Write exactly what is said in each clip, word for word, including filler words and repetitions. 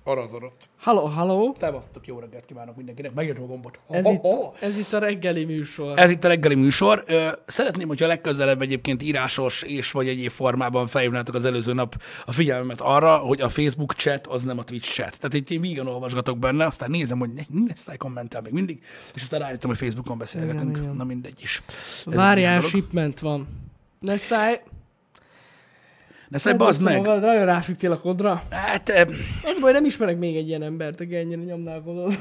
Arra az adott. Halló, halló. Szevasztok, jó reggelt kívánok mindenkinek. Megértem a gombot. Ho, Ez, ho, itt, ho. ez itt a reggeli műsor. Ez itt a reggeli műsor. Szeretném, hogyha legközelebb egyébként írásos és vagy egyéb formában felhívnátok az előző nap a figyelmemet arra, hogy a Facebook chat az nem a Twitch chat. Tehát itt én vígan olvasgatok benne, aztán nézem, hogy mi lesz, kommentel még mindig, és aztán rájöttem, hogy Facebookon beszélgetünk. Igen, igen. Na mindegy is. Ez Várjál, shipment van. Ne szállj. Ne szállj, bazd meg. Magad, nagyon ráfügtél a kodra. Hát... Eh... Ez baj, nem ismerek még egy ilyen embert, aki ennyire nyomnál kodot.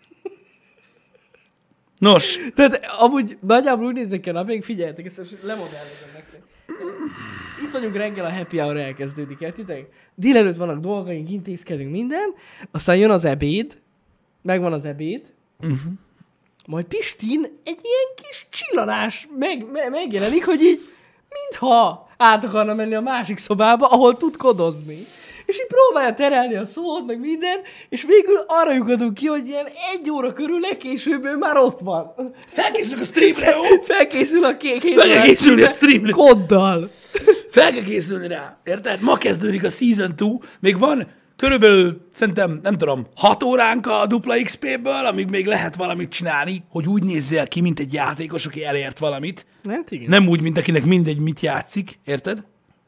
Nos. Tehát amúgy nagyjából úgy néznek ki a napjánk, figyeljetek, ezt lemodellezem nektek. Itt vagyunk reggel, a happy hour elkezdődik, értitek? Délelőtt vannak dolgaink, intézkedünk, minden, aztán jön az ebéd, megvan az ebéd, uh-huh. Majd Pistin egy ilyen kis csillanás meg, me, megjelenik, hogy így mintha át akarna menni a másik szobába, ahol tud kodozni. És így próbálja terelni a szót, meg minden, és végül arra lyukadunk ki, hogy ilyen egy óra körül legkésőbb ő már ott van. Felkészülök a streamre, jó? Felkészül a kék Fel kell készülni a streamre. Koddal. Fel kell készülni rá. Érted? Ma kezdődik a Season kettő, még van körülbelül, szerintem, nem tudom, hat óránk a dupla iksz pé-ből, amíg még lehet valamit csinálni, hogy úgy nézzél ki, mint egy játékos, aki elért valamit. Hát igen. Nem úgy, mint akinek mindegy, mit játszik. Érted?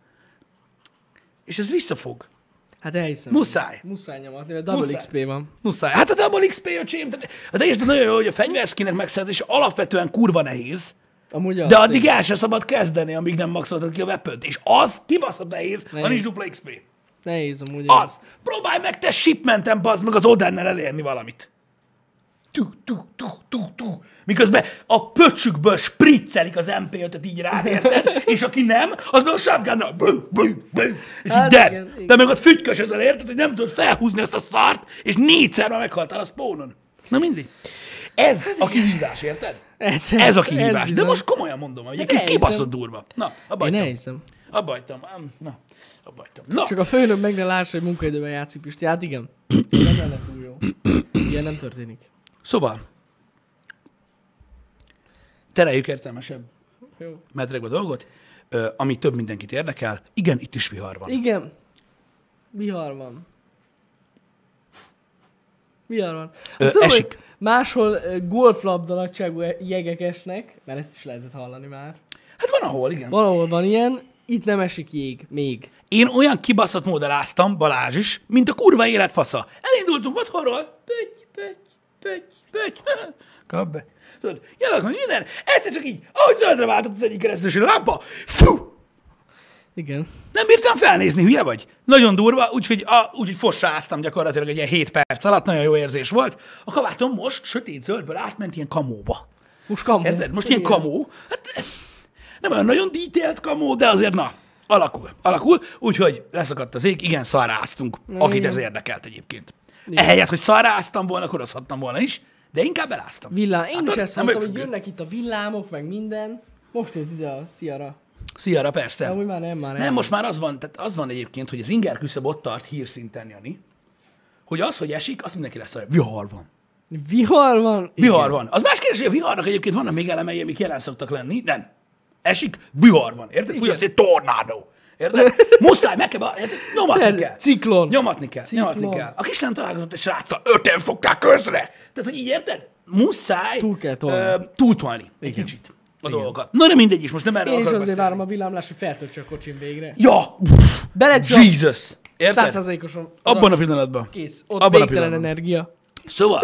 És ez visszafog. Hát elhiszem. Muszáj. Muszáj nyomatni, mert double iksz pé van. Muszáj. Hát a double iksz pé, öcsém. De és nagyon jó, hogy a fegyverszkinek megszerzés alapvetően kurva nehéz. Amúgy de addig én. el sem szabad kezdeni, amíg nem maxoltad ki a weapont. És az kibaszott nehéz, ha nincs dupla iksz pé. Nehéz amúgy. Az. Ez. Próbálj meg te shipmenten, bazd meg az Odennel elérni valamit. Tú, tú, tú, tú, tú. Miközben a pöcsükből spriccelik az em pé ötöt így rád, érted? És aki nem, az meg a shotgunnal bú, bú, bú, és hát így dead. Igen, igen. Te meg ott fügykös ezzel, érted, hogy nem tudod felhúzni ezt a szart, és négyszer már meghaltál a spawnon. Na mindig. Ez hát a kihívás, érted? Ez, ez a kihívás. Ez de most komolyan mondom, hogy egy kibaszott durva. Na, abba hagytam. Én elhiszem. Abba hagytam. Na, abba hagytam. Na. Csak a főnök meg ne lássa, hogy munkaidőben játszik Pisti. Hát igen. Nem lenne túl jó. Ilyen nem történik. Szóval, tereljük értelmesebb jó. metrekbe a dolgot, ami több mindenkit érdekel. Igen, itt is vihar van. Igen. Vihar van. Vihar van. Ö, szóval, esik. Máshol golflabda nagyságú jegek esnek, mert ezt is lehetett hallani már. Hát van ahol, igen. Valahol van ilyen, itt nem esik jég, még. Én olyan kibaszott modelláztam, Balázs is, mint a kurva élet fasza. Elindultunk otthonról, pöty, pöty, pöty, pöty, kap be. Tudod, jövök meg minden, egyszer csak így, ahogy zöldre váltott az egyik keresztős lámpa, fú! Igen. Nem bírtam felnézni, hülye vagy? Nagyon durva, úgyhogy, a, úgyhogy fossáztam gyakorlatilag egy ilyen hét perc alatt, nagyon jó érzés volt. A kabátom most sötét zöldből átment ilyen kamóba. Most kamó. Érted? Most ilyen kamó. Hát nem olyan nagyon detailed kamó, de azért na, alakul, alakul, úgyhogy leszakadt az ég, igen, szarráztunk, akit igen. Ez érdekelt egyébként. Igen. Ehelyett, hogy szarráztam volna, akkor hozhattam volna is, de inkább eláztam. Villám. Én hát, is ezt mondtam, hogy jönnek itt a villámok, meg minden. Most jött ide a Sziara. Sziara, persze. De már nem, már nem. Nem, most már az van, tehát az van egyébként, hogy az inger küszöb ott tart hírszinten, Jani, hogy az, hogy esik, azt mindenki lesz arra. Vihar van. Vihar van? Vihar igen. Van. Az más kérdés, hogy a viharnak egyébként vannak még elemei, amik jelen szoktak lenni. Nem. Esik, vihar van. Érted? Fúj, azt egy tornádó. Érted? Muszáj, meg kell, érted? Nyomatni kell. Ciklon. Nyomatni kell. Ciklon. Nyomatni kell. A kislány találkozott egy sráccal, öten fogták közre. Tehát, hogy így érted? Muszáj túl kell tolni. Uh, túltolni egy kicsit a igen. dolgokat. Na de mindegy is, most nem erről én akarok beszélni. Én is azért várom a villámlás, hogy feltöltse a kocsim végre. Ja! Belecsap. Jesus! Érted? Százszázalékosan. Abban a pillanatban. Kész. Ott abban végtelen energia. Szóval,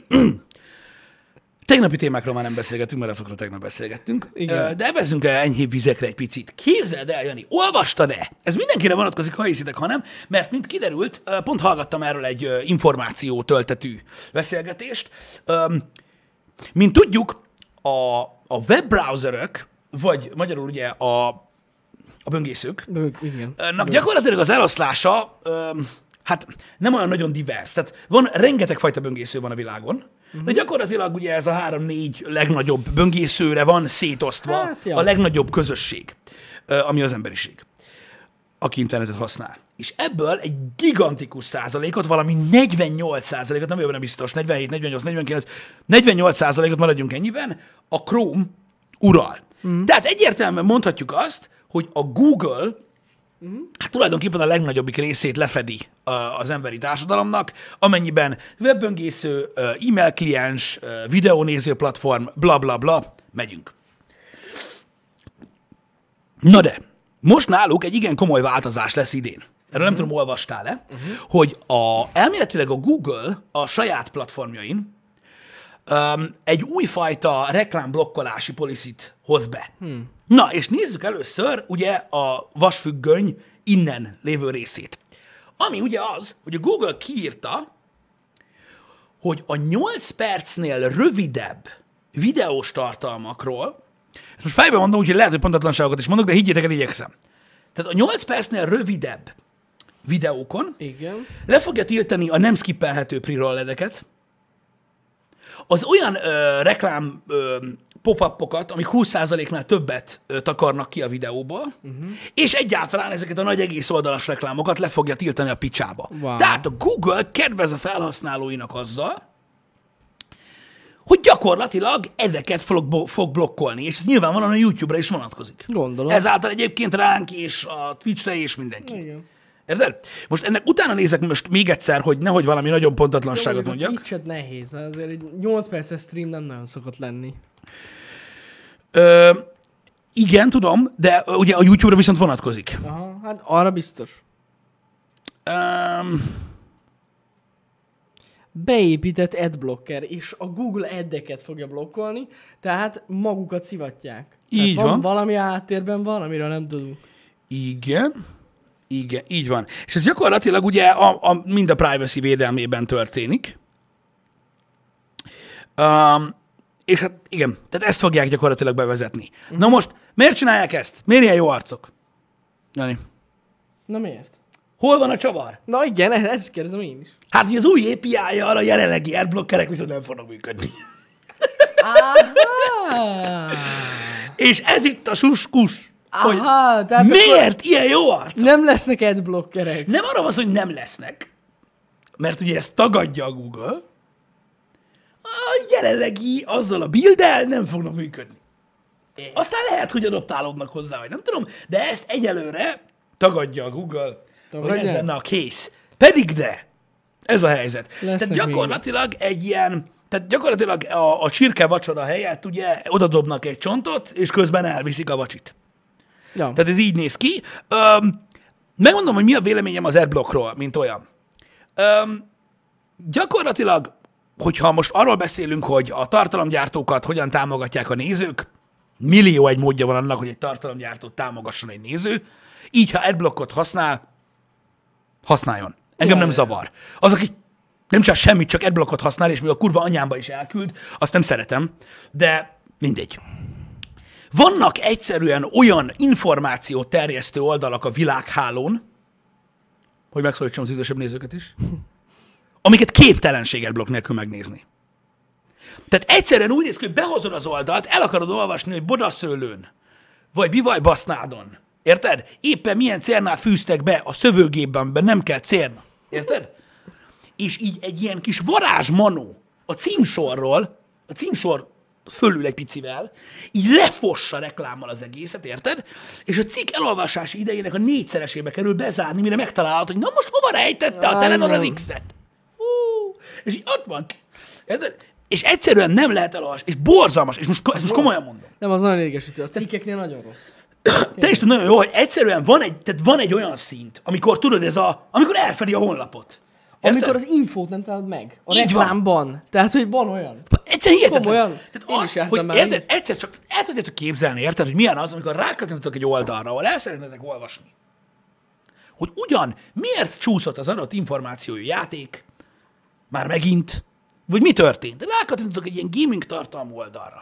tegnapi témákról már nem beszélgettünk, mert azokról tegnap beszélgettünk. Igen. De evezzünk el enyhébb vizekre egy picit. Képzeld el, Jani, olvastad-e? Ez mindenkire vonatkozik, ha hiszitek, ha nem, mert mint kiderült, pont hallgattam erről egy információ töltetű beszélgetést. Mint tudjuk, a, a webbrowserök, vagy magyarul ugye a, a böngészők, igen. gyakorlatilag az eloszlása hát nem olyan nagyon divers. Tehát van, rengeteg fajta böngésző van a világon, uh-huh. de gyakorlatilag ugye ez a három-négy legnagyobb böngészőre van szétosztva hát, ja. a legnagyobb közösség, ami az emberiség, aki internetet használ. És ebből egy gigantikus százalékot, valami negyvennyolc százalékot, nem vagyok benne biztos, negyvenhét, negyvennyolc, negyvenkilenc, negyvennyolc százalékot maradjunk ennyiben, a Chrome ural. Uh-huh. Tehát egyértelműen mondhatjuk azt, hogy a Google uh-huh. hát tulajdonképpen a legnagyobbik részét lefedi az emberi társadalomnak, amennyiben webböngésző, e-mail kliens, videónéző platform, bla bla bla, megyünk. Na de, most náluk egy igen komoly változás lesz idén. Erről nem tudom, olvastál-e, uh-huh. hogy a, elméletileg a Google a saját platformjain um, egy újfajta reklámblokkolási policit hoz be. Hmm. Na, és nézzük először ugye a vasfüggöny innen lévő részét. Ami ugye az, hogy a Google kiírta, hogy a nyolc percnél rövidebb videós tartalmakról, ezt most fejben mondom, úgyhogy lehet, hogy pontatlanságokat is mondok, de higgyétek el, igyekszem. Tehát a nyolc percnél rövidebb videókon Igen. le fogja tiltani a nem skippelhető pre-rolledeket, az olyan ö, reklám ö, pop-upokat, amik húsz százaléknál többet ö, takarnak ki a videóból, uh-huh. és egyáltalán ezeket a nagy egész oldalas reklámokat le fogja tiltani a picsába. Wow. Tehát a Google kedvez a felhasználóinak azzal, hogy gyakorlatilag ezeket fog, fog blokkolni, és ez nyilvánvalóan a YouTube-ra is vonatkozik. Gondolom. Ezáltal egyébként ránk és a Twitch-re és mindenki. Igen. Érted? Most ennek utána nézek most még egyszer, hogy nehogy valami nagyon pontatlanságot Jó, mondjak. A Twitch-et nehéz, mert azért egy nyolc perces stream nem nagyon szokott lenni. Ö, igen, tudom, de ugye a YouTube-ra viszont vonatkozik. Aha, hát arra biztos. Um, Beépített adblocker, és a Google ad-eket fogja blokkolni, tehát magukat szivatják. Így tehát van. Valami a háttérben van, amiről nem tudunk. igen. Igen, így van. És ez gyakorlatilag ugye a, a, mind a privacy védelmében történik. Um, és hát igen, tehát ezt fogják gyakorlatilag bevezetni. Uh-huh. Na most, miért csinálják ezt? Miért ilyen jó arcok? Jani. Na miért? Hol van a csavar? Na igen, ezt kérdezem én is. Hát, hogy az új á pé í-jal a jelenlegi adblockerek viszont nem fognak működni. Aha! És ez itt a suskus. Hogy Aha, tehát miért ilyen jó arcok? nem lesznek adblockerek. Nem arra van szó, hogy nem lesznek, mert ugye ezt tagadja a Google, a jelenlegi azzal a build-el nem fognak működni. É. Aztán lehet, hogy adoptálódnak hozzá, vagy nem tudom, de ezt egyelőre tagadja a Google, Tagadja? hogy ez lenne a case. Pedig de, ez a helyzet. Lesznek tehát gyakorlatilag még. egy ilyen, tehát gyakorlatilag a, a csirke vacsora helyett ugye odadobnak egy csontot, és közben elviszik a vacsit. Ja. Tehát ez így néz ki. Öm, megmondom, hogy mi a véleményem az adblockról, mint olyan. Öm, gyakorlatilag, hogyha most arról beszélünk, hogy a tartalomgyártókat hogyan támogatják a nézők, millió egy módja van annak, hogy egy tartalomgyártót támogasson egy néző, így, ha adblockot használ, használjon. Engem Ja, nem ja. zavar. Az, aki nem csinál semmit, csak adblockot használ, és még a kurva anyámba is elküld, azt nem szeretem, de mindegy. Vannak egyszerűen olyan információ terjesztő oldalak a világhálón, hogy megszólítsam az idősebb nézőket is, amiket képtelenség adblock nélkül megnézni. Tehát egyszerűen úgy néz ki, hogy behozod az oldalt, el akarod olvasni, hogy Bodaszőlőn, vagy Bivaj Basznádon, érted? Éppen milyen cérnát fűztek be a szövőgépben, amiben nem kell cérna, érted? És így egy ilyen kis varázsmanó a címsorról, a címsor fölül egy picivel, így lefossa reklámmal az egészet, érted? És a cikk elolvasási idejének a négyszeresébe kerül bezárni, mire megtalálod, hogy na most hova rejtette a Telenor az X-et? Hú, és így ott van. Érted? És egyszerűen nem lehet elolvasni, és borzalmas, és most, ezt most komolyan mondom. Nem, az nagyon égesítő. A cikkeknél nagyon rossz. Te is tudod nagyon jó, hogy egyszerűen van egy, tehát van egy olyan szint, amikor tudod, ez a, amikor elfedi a honlapot. Érted? Amikor az infót nem találod meg. A Így reklámban. Tehát, hogy van olyan. Egyszerűen hihetetlen. Komolyan? Tehát Én az, is jártam hogy már érted, így. egyszer csak el tudjátok képzelni, érted, hogy milyen az, amikor rákattintotok egy oldalra, ahol el szeretnétek olvasni, hogy ugyan miért csúszott az adott információjú játék, már megint, vagy mi történt. Rákattintotok egy ilyen gaming tartalmú oldalra.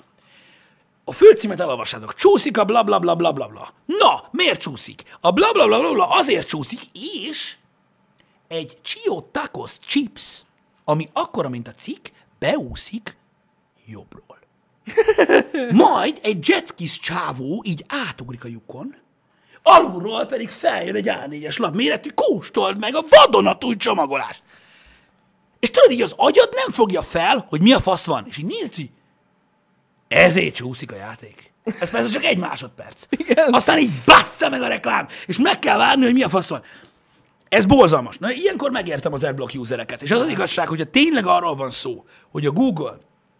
A főcímet elolvassátok. Csúszik a bla bla bla bla bla bla. Na, miért csúszik? A bla bla bla bla bla azért csúszik, és egy Chio Tacos chips, ami akkora, mint a cikk, beúszik jobbról. Majd egy jetskis csávó így átugrik a lyukon, alulról pedig feljön egy á négyes lap méretű, kóstold meg a vadonatúj csomagolást. És tudod, így az agyad nem fogja fel, hogy mi a fasz van. És így nézd, hogy ezért csúszik a játék. Ez persze csak egy másodperc. Igen. Aztán így bassza meg a reklám, és meg kell várni, hogy mi a fasz van. Ez borzalmas. Na, ilyenkor megértem az adblock usereket. És az az igazság, hogyha tényleg arról van szó, hogy a Google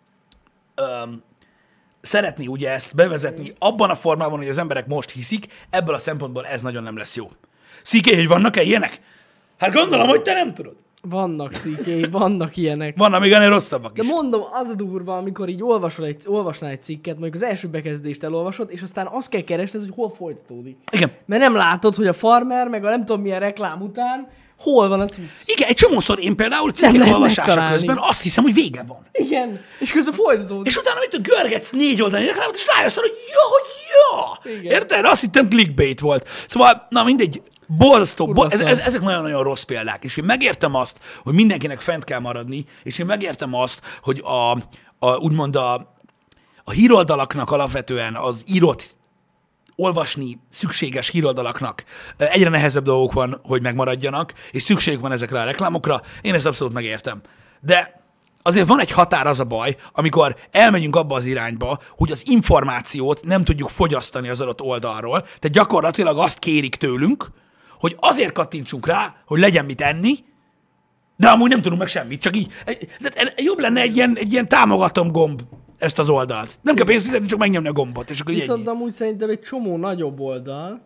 um, szeretné ugye ezt bevezetni abban a formában, hogy az emberek most hiszik, ebből a szempontból ez nagyon nem lesz jó. Sziké, hogy vannak-e ilyenek? Hát gondolom, hogy te nem tudod. Vannak szíkély, vannak ilyenek. Vannak még ennél rosszabbak De is. mondom, az a durva, amikor így olvasol egy, olvasnál egy cikket, mondjuk az első bekezdést elolvasod, és aztán azt kell keresned, hogy hol folytatódik. Igen. Mert nem látod, hogy a farmer, meg a nem tudom milyen reklám után, hol van a cucc. Igen, egy csomószor én például cikkek lehet olvasása megtalálni. közben azt hiszem, hogy vége van. Igen, és közben folytatódik. És utána mit görgetsz négy oldalni reklámot, és rájössz arra, hogy ja, hogy ja. Igen. Érted? Azt hittem clickbait volt. Szóval, na mindegy, borzasztó, Kurva bo- ez, szar. ez, ezek nagyon-nagyon rossz példák, és én megértem azt, hogy mindenkinek fent kell maradni, és én megértem azt, hogy a, a úgymond a, a híroldalaknak alapvetően az írott, olvasni szükséges híroldalaknak egyre nehezebb dolgok van, hogy megmaradjanak, és szükségük van ezekre a reklámokra. Én ezt abszolút megértem. De azért van egy határ, az a baj, amikor elmegyünk abba az irányba, hogy az információt nem tudjuk fogyasztani az adott oldalról, tehát gyakorlatilag azt kérik tőlünk, hogy azért kattintsunk rá, hogy legyen mit enni, de amúgy nem tudunk meg semmit, csak így. De jobb lenne egy ilyen, egy ilyen támogatom gomb ezt az oldalt. Nem kell pénzt fizetni, csak megnyomni a gombot, és akkor így Viszont ennyi. amúgy szerintem egy csomó nagyobb oldal,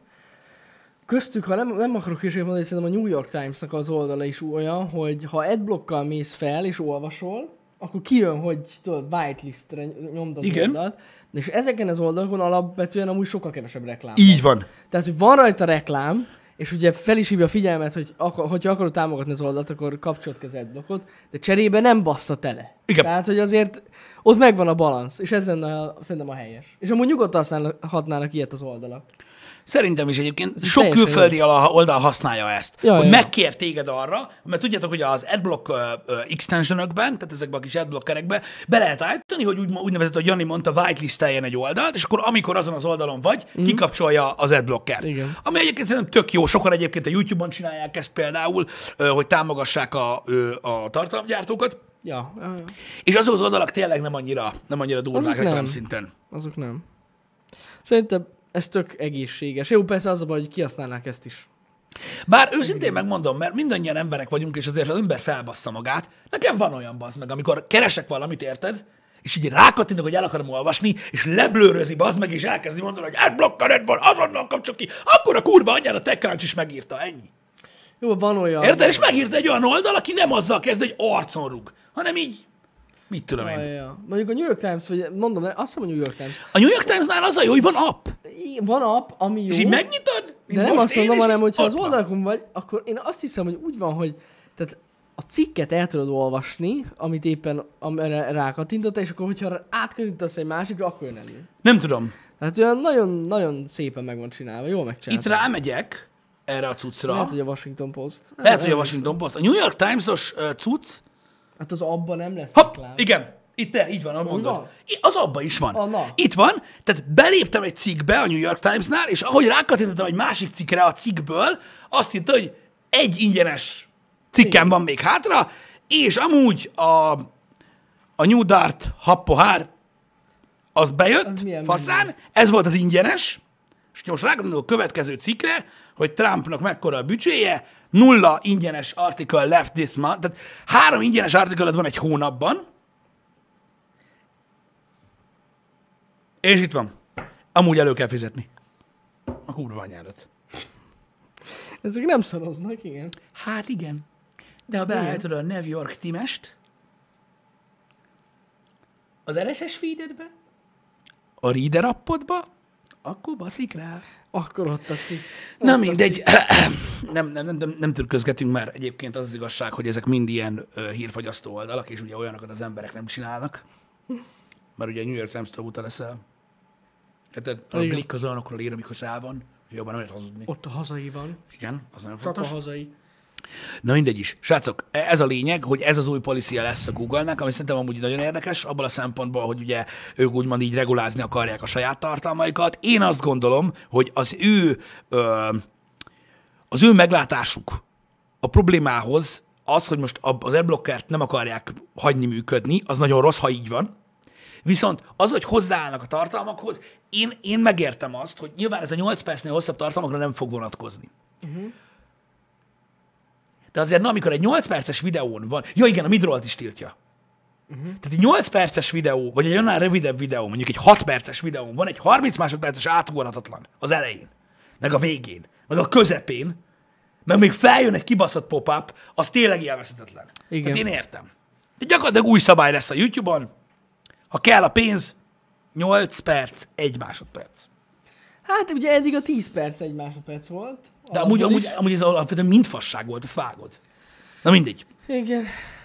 köztük, ha nem, nem akarok hülyeséget mondani, szerintem a New York Times-nak az oldala is olyan, hogy ha adblockkal mész fel és olvasol, akkor kijön, hogy tudod, whitelistre nyomd az Igen. oldalt, és ezeken az oldalakon alapvetően amúgy sokkal kevesebb reklám. Így van. Tehát, hogy van rajta reklám, és ugye fel is hívja a figyelmet, hogy akar, hogyha akarod támogatni az oldalt, akkor kapcsolat ki az adblockot, de cserébe nem bassza tele. Igen. Tehát, hogy azért ott megvan a balansz, és ez lenne a, szerintem a helyes. És amúgy nyugodtan használhatnának ilyet az oldalak. Szerintem is egyébként Ez sok teljesen külföldi ala- oldal használja ezt, Ja, hogy ja. megkér téged arra, mert tudjátok, hogy az adblock uh, uh, extensionökben, tehát ezekben a kis adblockerekben be lehet állítani, hogy úgy, úgynevezett, hogy Jani mondta, whitelisteljen egy oldalt, és akkor amikor azon az oldalon vagy, mm. kikapcsolja az adblockert. Igen. Ami egyébként szerintem tök jó, sokan egyébként a YouTube-on csinálják ezt például, uh, hogy támogassák a, uh, a tartalomgyártókat, Ja, ja, ja. és azok az oldalak tényleg nem annyira, nem annyira durvák Azok reklám nem. szinten. Azok nem. Szerintem ez tök egészséges. Jó, persze az a baj, hogy kihasználnák ezt is. Bár őszintén megmondom, mert mindannyian emberek vagyunk, és azért az ember felbassza magát. Nekem van olyan bazd meg, amikor keresek valamit, érted? És így rákattintok, hogy el akarom olvasni, és leblőrözi bazd meg, és elkezdi mondani, hogy adblockered van, azonnal kapcsolj ki. Akkor a kurva anyjára a TechCrunch is megírta, ennyi. Jó, van olyan... Érted? És megírta egy olyan oldal, aki nem azzal kezd, hogy arcon rúg, hanem így, mit tudom Ja, én. ja. Mondjuk a New York Times, vagy mondom, azt hiszem a New York Times. A New York Timesnál az a jó, hogy van app. I- Van app, ami jó, És így megnyitod, mint de nem most azt én, mondom, és hanem így hogyha az ott van. oldalakon vagy, akkor én azt hiszem, hogy úgy van, hogy tehát a cikket el tudod olvasni, amit éppen amire rákattintottál, és akkor hogyha átkattintasz egy másikra, akkor jön elő. Nem tudom. Tehát olyan nagyon-nagyon szépen meg van csinálva, jól Itt megcsinálva. rámegyek erre a cuccra. Lehet, hogy a Washington Post. Lehet, hogy a Nem Washington Post. A New York Times-os uh, cucc. hiszem. Hát az abban nem lesz Hopp, reklám. igen. Itt, te, így van, ahogy mondod. van? I- Az abban is van. Ah, na. Itt van, tehát beléptem egy cikkbe a New York Times-nál, és ahogy rákattintottam egy másik cikkre a cikkből, azt hitt, hogy egy ingyenes cikkem van még hátra, és amúgy a, a New Dart habpohár, az bejött, Az milyen faszán, minden? ez volt az ingyenes, és most rákattintok a következő cikkre, hogy Trumpnak mekkora a büdzséje, nulla ingyenes article left this month, tehát három ingyenes article van egy hónapban, és itt van. Amúgy elő kell fizetni. A kurva anyádat. Ezek nem szaroznak, igen. Hát igen. De ha beállítod a New York Timest, az er es es feededbe, a Reader appodba, akkor baszik rá. Akkor ott a cikk. Na mindegy, nem, nem, nem, nem, nem trükközgetünk, mert egyébként az az igazság, hogy ezek mind ilyen uh, hírfagyasztó oldalak, és ugye olyanokat az emberek nem csinálnak, mert ugye a New York Times-től óta leszel. Érted? A Igen. Blick az olyanokról ír, amikor sál van, hogy jobban nem lehet hazudni. Ott a hazai van. Igen, az nagyon Csak fontos. a hazai. Na mindegy is. Srácok, ez a lényeg, hogy ez az új policia lesz a Google-nek, ami szerintem amúgy nagyon érdekes, abban a szempontból, hogy ugye ők úgymond így regulázni akarják a saját tartalmaikat. Én azt gondolom, hogy az ő, ö, az ő meglátásuk a problémához az, hogy most az adblockert nem akarják hagyni működni, az nagyon rossz, ha így van. Viszont az, hogy hozzáállnak a tartalmakhoz, én, én megértem azt, hogy nyilván ez a nyolc percnél hosszabb tartalmakra nem fog vonatkozni. Uh-huh. De azért, na, amikor egy nyolc perces videón van, ja igen, a midrollt is tiltja. Uh-huh. Tehát egy nyolc perces videó, vagy egy annál rövidebb videó, mondjuk egy hat perces videó, van egy harminc másodperces átugorhatatlan az elején, meg a végén, meg a közepén, meg még feljön egy kibaszott pop-up, az tényleg élvezhetetlen. Tehát én értem. De gyakorlatilag új szabály lesz a YouTube-on, ha kell a pénz, nyolc perc, egy másodperc. Hát ugye eddig a tíz perc egy másodperc volt. De amúgy, amúgy, amúgy ez alapvetően mind fasság volt, ezt vágod. Na mindegy. Igen.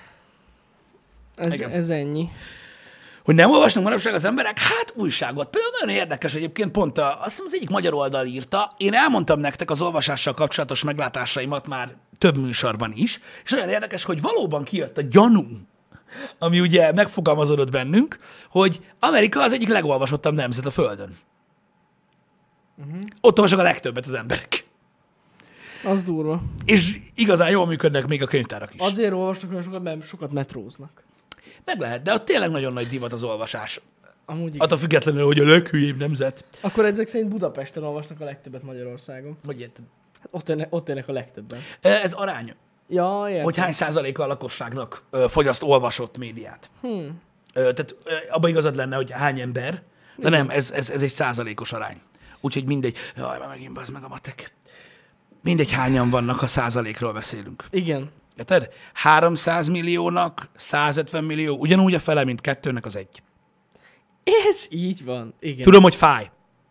Ez, Igen. ez ennyi. Hogy nem olvasnak manapság az emberek? Hát újságot. Például nagyon érdekes egyébként, pont a, azt hiszem az egyik magyar oldal írta, én elmondtam nektek az olvasással kapcsolatos meglátásaimat már több műsorban is, és nagyon érdekes, hogy valóban kijött a gyanú, ami ugye megfogalmazódott bennünk, hogy Amerika az egyik legolvasottabb nemzet a Földön. Uh-huh. Ott olvasnak a legtöbbet az emberek. Az durva. És igazán jól működnek még a könyvtárak is. Azért olvasnak olyan sokat, mert sokat metróznak. Meg lehet, de ott tényleg nagyon nagy divat az olvasás. Amúgy igen. Attól függetlenül, hogy a leghülyébb nemzet. Akkor ezek szerint Budapesten olvasnak a legtöbbet Magyarországon. Hogy érted? Hát ott, élnek, ott élnek a legtöbben. Ez arány. Ja, értem. Hogy hány százaléka a lakosságnak ö, fogyaszt olvasott médiát. Hmm. Ö, tehát ö, abban igazad lenne, hogy hány ember, de nem, ez, ez, ez egy százalékos arány. Úgyhogy mindegy. Jaj, már megint bazd meg a matek. Mindegy, hányan vannak, ha százalékról beszélünk. Igen. Érted? háromszáz milliónak százötven millió, ugyanúgy a fele, mint kettőnek az egy. Ez így van. Igen. Tudom, hogy fáj.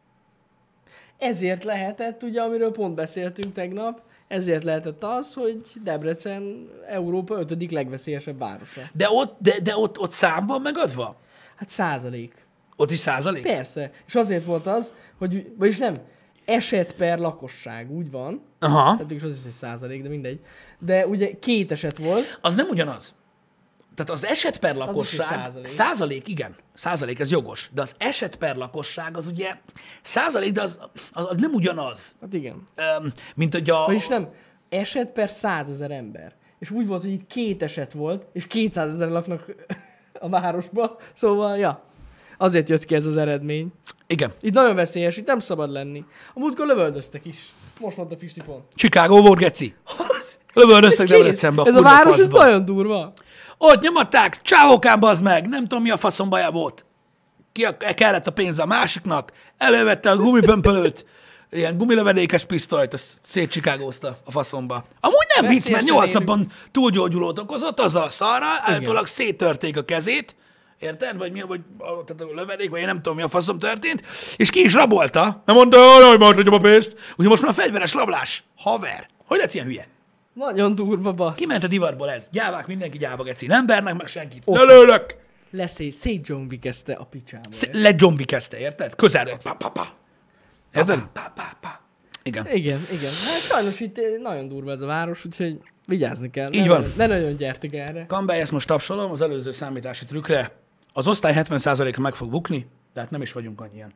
Ezért lehetett, ugye, amiről pont beszéltünk tegnap, ezért lehetett az, hogy Debrecen Európa ötödik legveszélyesebb városa. De ott, de, de ott, ott szám van megadva? Hát százalék. Ott is százalék? Persze. És azért volt az, hogy, vagyis nem, eset per lakosság, úgy van. Aha. Tehát is az is egy százalék, de mindegy. De ugye két eset volt. Az nem ugyanaz. Tehát az eset per lakosság, százalék. százalék, igen, százalék, ez jogos, de az eset per lakosság az ugye százalék, de az, az, az nem ugyanaz, Hát igen. Öm, mint hogy a... Vagyis nem, eset per százezer ember. És úgy volt, hogy itt két eset volt, és kétszázezer laknak a városba, szóval, ja, azért jött ki ez az eredmény. Igen. Itt nagyon veszélyes, itt nem szabad lenni. A múltkor lövöldöztek is. Most mondta Pisti pont. Chicago volt, geci. Lövöldöztek Debrecenbe. Ez a város, ez nagyon durva. Ott nyomatták, csávokán bazd meg, nem tudom mi a faszom baja volt. Ki a, kellett a pénz a másiknak, elővette a gumipömpölőt, ilyen gumilövedékes pisztolyt, azt szétcsikágózta a faszomba. Amúgy nem vicc, mert nyolc napban túlgyógyulót okozott, azzal a szarral, állítólag széttörték a kezét, érted? Vagy mi, vagy a, tehát a lövedék, vagy én nem tudom, mi a faszom történt, és ki is rabolta, mert mondta, hogy majd hagyom a pénzt. Úgyhogy most már fegyveres rablás. Haver, hogy lesz ilyen hülye? Nagyon durva, bassz. Kiment a divatból ez. Gyávák, mindenki gyáva, geci. Nem vernek meg senkit. Lelőlök! Leszé, szétdzsombikezte a picsába. Legyombikezte, érted? Közelről. Pa, pa, pa. Érted? Pa, pa, pa. Igen. Igen, igen. Hát sajnos itt nagyon durva ez a város, úgyhogy vigyázni kell. Így ne van. Nagyon, ne nagyon gyertek erre. Kambely, ezt most tapsolom az előző számítási trükkre. Az osztály hetven százaléka meg fog bukni, de hát nem is vagyunk annyian.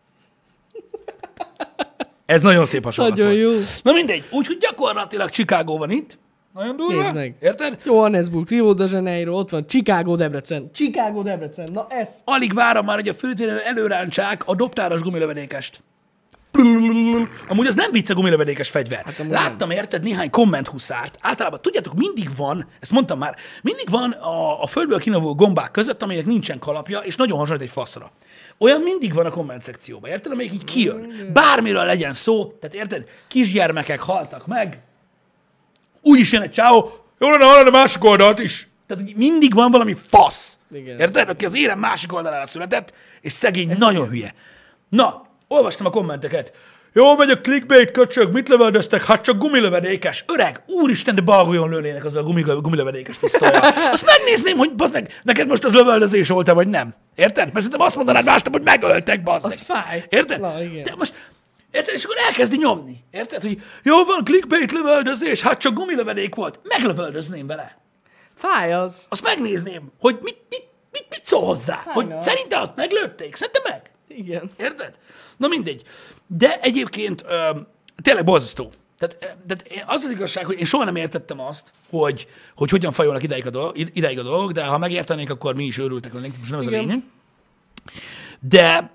Ez nagyon szép hasonlat Nagyon volt. jó. Na mindegy, úgyhogy gyakorlatilag Chicago van itt. Nagyon durva. Nézd meg. Érted? Johannesburg, Rio de Janeiro, ott van Chicago, Debrecen. Chicago, Debrecen. Na ez. Alig várom már, hogy a főtéren előrántsák a dobtáros gumilövedékest. Amúgy az nem vicc a gumilövedékes fegyver. Hát láttam, érted, néhány kommenthuszárt. Általában, tudjátok, mindig van, ezt mondtam már, mindig van a, a földből kinövő gombák között, amelyek nincsen kalapja, és nagyon hasonlít egy faszra. Olyan mindig van a komment szekcióban, érted, amelyik így kijön. Bármiről legyen szó, tehát érted, kisgyermekek haltak meg, úgyis jön egy csávó, jó lenne hallani a másik oldalt is. Tehát hogy mindig van valami fasz. Igen. Érted? Aki az érem másik oldalára született, és szegény, ez nagyon igen. hülye. Na, olvastam a kommenteket. Jó, megy a clickbait, köcsög, mit lövöldöztek? Hát csak gumilövedékes. Öreg, úristen, de balgolyon lőnének azzal a gumilö- gumilövedékes pisztollyal. Azt megnézném, hogy bazd meg, neked most az lövöldözés volt-e, vagy nem. Érted? Mert szerintem azt mondanád másnap, hogy megöltek, bazd meg. Az fáj. Érted? Na, igen. De most, érted? És akkor elkezdi nyomni. Érted? Hogy jó, van clickbait lövöldözés, hát csak gumilövedék volt. Meglövöldözném vele. Fáj az. Azt megnézném, hogy mit, mit, mit, mit szól hozzá. Fáj Hogy az. szerinte azt meglőtték. Szerintem meg. Igen. Érted? Na mindegy. De egyébként ö, tényleg borzasztó. Tehát, tehát az az igazság, hogy én soha nem értettem azt, hogy, hogy hogyan fajolnak ideig a, dolog, ideig a dolgok, de ha megértenénk, akkor mi is őrültek lennénk, most nem ez a Igen. lényeg. De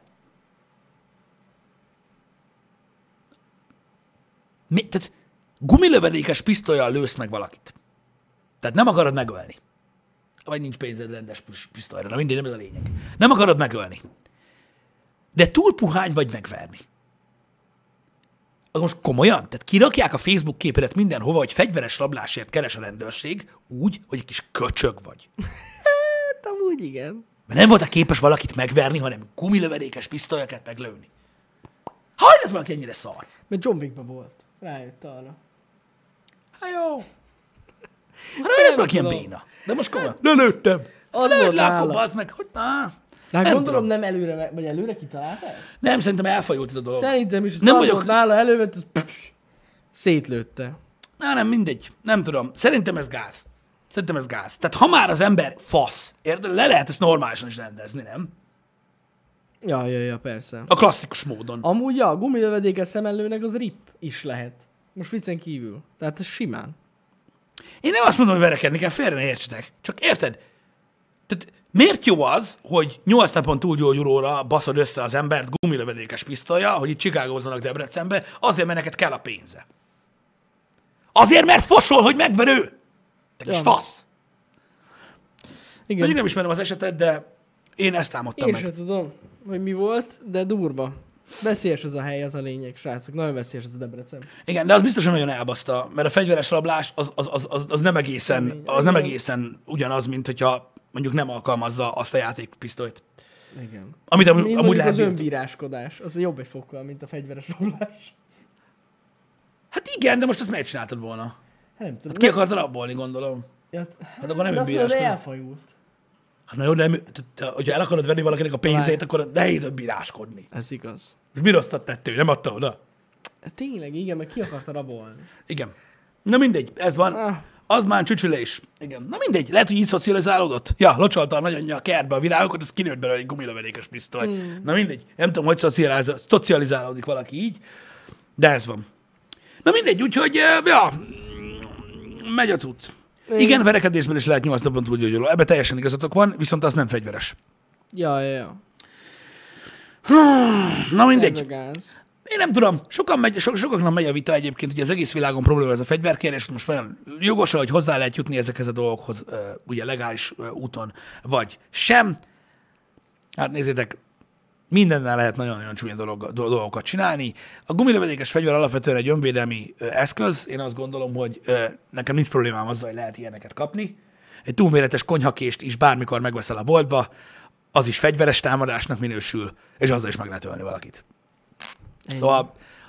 mi, tehát gumilövedékes pisztollyal lősz meg valakit. Tehát nem akarod megölni. Vagy nincs pénzed rendes pisztolyra, na mindegy, nem ez a lényeg. Nem akarod megölni. De túl puhány vagy megverni. Az most komolyan? Tehát kirakják a Facebook képedet mindenhova, hogy fegyveres rablásért keres a rendőrség, úgy, hogy egy kis köcsög vagy. Hát amúgy igen. Mert nem voltál képes valakit megverni, hanem gumilövedékes pisztolyokat meglőni. Hogy lett valaki ennyire szar? Mert John Wickben volt. Rájött arra. Hát jó. Hát hogy lett valaki ilyen béna? De most komolyan. Lelőttem. Az Lőd volt le, akkor nála. bazd meg. Hogy na? Hát Nem gondolom tudom. nem előre, meg- vagy előre kitaláltál? Nem, szerintem elfajult ez a dolog. Szerintem is, az Nem nem vagyok- volt nála, elővett, az pff, szétlőtte. Na, nem, mindegy. Nem tudom. Szerintem ez gáz. Szerintem ez gáz. Tehát ha már az ember fasz, érted? Le lehet ezt normálisan is rendezni, nem? Ja, ja, ja, persze. A klasszikus módon. Amúgy ja, a gumilövedékes szemellőnek az rip is lehet. Most viccen kívül. Tehát ez simán. Én nem azt mondom, hogy verekedni kell, félre ne értsetek. Csak érted? Tehát miért jó az, hogy nyolc napon túlgyógyulóra baszod össze az embert gumilövedékes pisztolya, hogy itt Chicagózzanak Debrecenbe, azért, mert neked kell a pénze. Azért, mert fosol, hogy megver ő. Te kis Ja. fasz. Igen. Mondjuk nem ismerem az esetet, de én ezt támadtam Én meg. sem tudom, hogy mi volt, de durva. Veszélyes ez a hely, az a lényeg, srácok. Nagyon veszélyes ez a Debrecen. Igen, de az biztosan nagyon elbaszta, mert a fegyveres rablás az, az, az, az, az nem egészen, az nem egészen ugyanaz, mint hogyha mondjuk nem alkalmazza azt a játékpisztolyt. Igen. Amit amúgy, Mint amúgy mondjuk lehet az birtok- önbíráskodás. Az jobb egy fokkal, mint a fegyveres rablás. Hát igen, de most ezt miért csináltad volna? Hát nem tudom. Ki akartad rabolni, gondolom. Ja, hát, Hát akkor nem de azt mondod, önbíráskodás. elfajult. Hát na jó, de nem, te- hogyha el akarod venni valakinek a pénzét, akkor nehéz önbíráskodni. Ez igaz. És mi rosszat tett ő? Nem adta oda? Hát tényleg, igen, meg ki akarta rabolni. Igen. Na mindegy, ez van. Ah. Az már csücsülés. Igen. Na mindegy, lehet, hogy így szocializálódott. Ja, locsolta a nagyanyja a kertbe a virágokat, az kinőtt belőle egy gumilövedékes pisztoly. Hmm. Na mindegy, nem tudom, hogy szocializál, szocializálódik valaki így, de ez van. Na mindegy, úgyhogy, eh, ja, megy a cucc. Igen, Igen verekedésben is lehet nyolc napon túlgyógyuló. Ebbe teljesen igazatok van, viszont az nem fegyveres. Ja, ja, ja. Na mindegy. Ez a gáz. Én nem tudom, sokan megy, so, sokaknak megy a vita egyébként, hogy az egész világon probléma ez a fegyverkérés, most olyan jogos, hogy hozzá lehet jutni ezekhez a dolgokhoz, uh, ugye legális uh, úton, vagy sem. Hát nézzétek, mindennel lehet nagyon-nagyon csúnya dolog, dolgokat csinálni. A gumilövedékes fegyver alapvetően egy önvédelmi uh, eszköz. Én azt gondolom, hogy uh, nekem nincs problémám azzal, hogy lehet ilyeneket kapni. Egy túlméretes konyhakést is bármikor megveszel a boltba, az is fegyveres támadásnak minősül, és azzal is meg lehet ölni valakit. Ennyi. Szóval,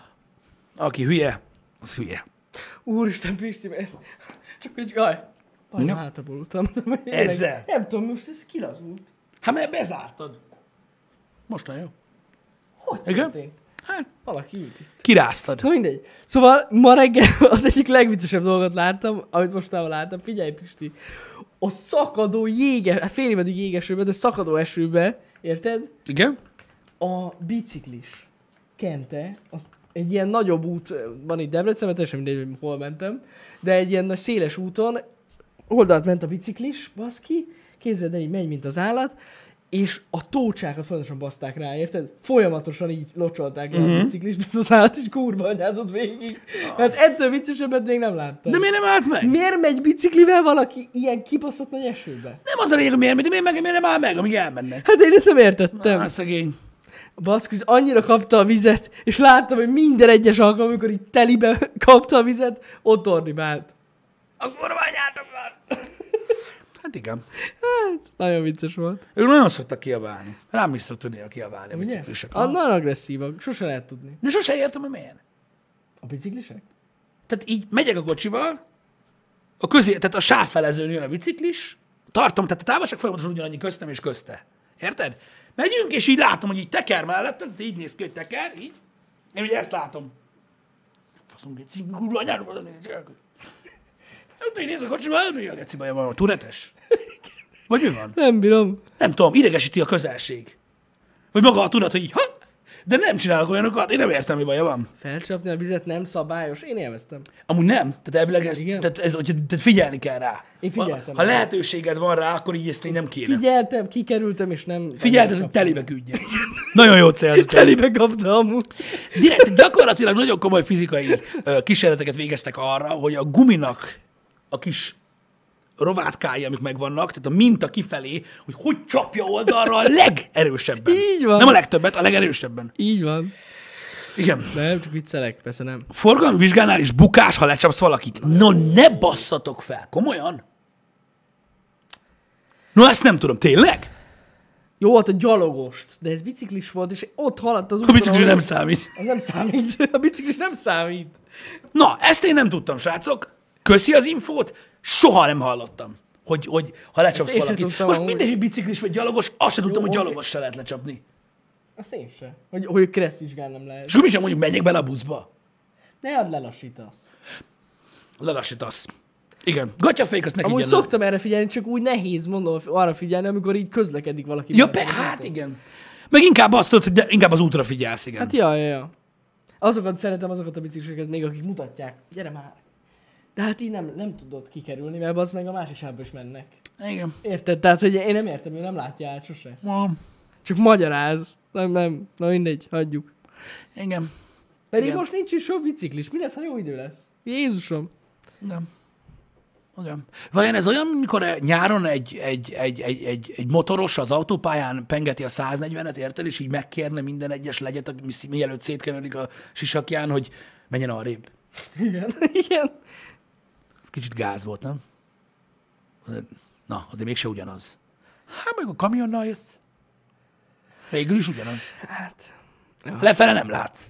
aki hülye, az hülye. Úristen, Pisti, mert... Csak hogy, jaj, Ja. Pajna hátraborultam. Ezzel? Nem tudom, most ez kilazult. Hát mert bezártad. Mostan jó. Hogy Igen? történt? Hát, Valaki ült itt. kiráztad. Na mindegy. Szóval ma reggel az egyik legviccesebb dolgot láttam, amit mostában láttam. Figyelj, Pisti. A szakadó jége, hát félig meddig jégesőbe, de szakadó esőbe, érted? Igen? A biciklis Kente, az egy ilyen nagyobb út van itt Debrecenben, teljesen mindegy, hogy hol mentem, de egy ilyen nagy széles úton oldalt ment a biciklis, baszki, képzeld el, így megy, mint az állat, és a tócsákat folyamatosan baszták rá, érted? Folyamatosan így locsolták rá uh-huh. a biciklis, mint az állat is kurva anyázott végig. Hát ettől viccesebbet még nem láttam. De miért nem állt meg? Miért megy biciklivel valaki ilyen kibaszott nagy esőbe? Nem az a lényeg, hogy miért, de miért, meg, miért nem áll meg, amíg elmennek. Hát én ezt nem értettem. Na, szegény. A baszkus annyira kapta a vizet, és láttam, hogy minden egyes alkalom, amikor így telibe kapta a vizet, ott ordibált. A kurványátok van! Hát igen. Hát, nagyon vicces volt. Ők nagyon szoktak kiabálni. Rám is szoktak néha kiabálni a Ugye? biciklisek. A, nagyon agresszívak, sose lehet tudni. De sose értem, hogy miért. A biciklisek? Tehát így megyek a kocsival, a közé, tehát a sávfelezőn jön a biciklis, tartom, tehát a távolság folyamatosan ugyanannyi köztem és közte. Érted? Megyünk, és így látom, hogy így teker mellettem, így néz ki, hogy teker, így. Én ugye ezt látom. Faszom, geci, kurva anyára van, nézd el. Hát így néz a kocsiba, mi a geci baja van, turetes? Vagy mi van? Nem bírom. Nem tudom, idegesíti a közelség. Vagy maga a tudat, hogy így, ha, De nem csinálok olyanokat, én nem értem, mi baja van. Felcsapni a vizet nem szabályos. Én élveztem. Amúgy nem. Tehát elvileg ez, Igen? tehát ez, hogy, tehát figyelni kell rá. Én figyeltem. Ha, ha lehetőséged van rá, akkor így ezt így nem kéne. Figyeltem, kikerültem, és nem... Figyeld, ez, hogy telibe küldjen. Nagyon jó cél ez. Telibe kapta amúgy. Direkt, gyakorlatilag nagyon komoly fizikai ö, kísérleteket végeztek arra, hogy a guminak a kis rovátkái, amik megvannak, tehát a minta kifelé, hogy hogy csapja oldalra a legerősebben. Így van. Nem a legtöbbet, a legerősebben. Így van. Igen. Nem, csak viccelek, persze nem. Forgalmi vizsgánál is bukás, ha lecsapsz valakit. No, ne basszatok fel. Komolyan? No, ezt nem tudom. Tényleg? Jó volt a gyalogost, de ez biciklis volt, és ott haladt az A úton. biciklis ahol- nem számít. Az nem számít. A biciklis nem számít. Na, ezt én nem tudtam, srácok. Köszi az infót. Soha nem hallottam, hogy, hogy ha lecsapsz Ezt én sem valakit. tudtam Most amúgy. mindegy, hogy biciklis vagy gyalogos, azt sem tudtam, hogy oké. gyalogos se lehet lecsapni. Azt én sem. Hogy, hogy keresztvizsgán nem lehet. És akkor mi sem mondjuk, menjek bele a buszba. Ne add lelassítasz. Lelassítasz. Igen. Gatyafék, azt neki Amúgy igen. szoktam erre figyelni, csak úgy nehéz mondom arra figyelni, amikor így közlekedik valaki. Ja, mellett. pe, hát igen. Meg inkább azt tudod, hogy de inkább az útra figyelsz, igen. Hát ja, ja, ja. Azokat szeretem, azokat a bicikliseket még, akik mutatják. Gyere már. De hát így nem, nem tudod kikerülni, mert az meg a másik sávba is mennek. Igen. Érted? Tehát, hogy én nem értem, ő nem látja át sose. Ma, Csak magyaráz. Nem, nem. Na mindegy, hagyjuk. igen. Pedig Igen. most nincs is sok biciklis. Mi lesz, ha jó idő lesz? Jézusom. Igen. Igen. Vajon ez olyan, amikor nyáron egy, egy, egy, egy, egy, egy motoros az autópályán pengeti a száznegyvenet, érted, és így megkérne minden egyes legyet, ami mielőtt szétkenődik a sisakján, hogy menjen arrébb. Igen. Igen. Ez kicsit gáz volt, nem? Na, azért mégse ugyanaz. Hát meg a kamionnal jössz. Végül is ugyanaz. Hát. Lefele nem látsz.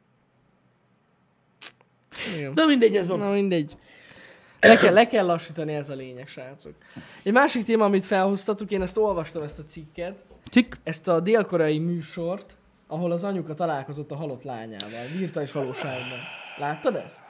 Igen. Na mindegy, ez van. Na mindegy. Le kell, le kell lassítani, ez a lényeg, srácok. Egy másik téma, amit felhoztatok, én ezt olvastam, ezt a cikket, Cik. ezt a dél-koreai műsort, ahol az anyuka találkozott a halott lányával, virtuális valóságban. Láttad ezt?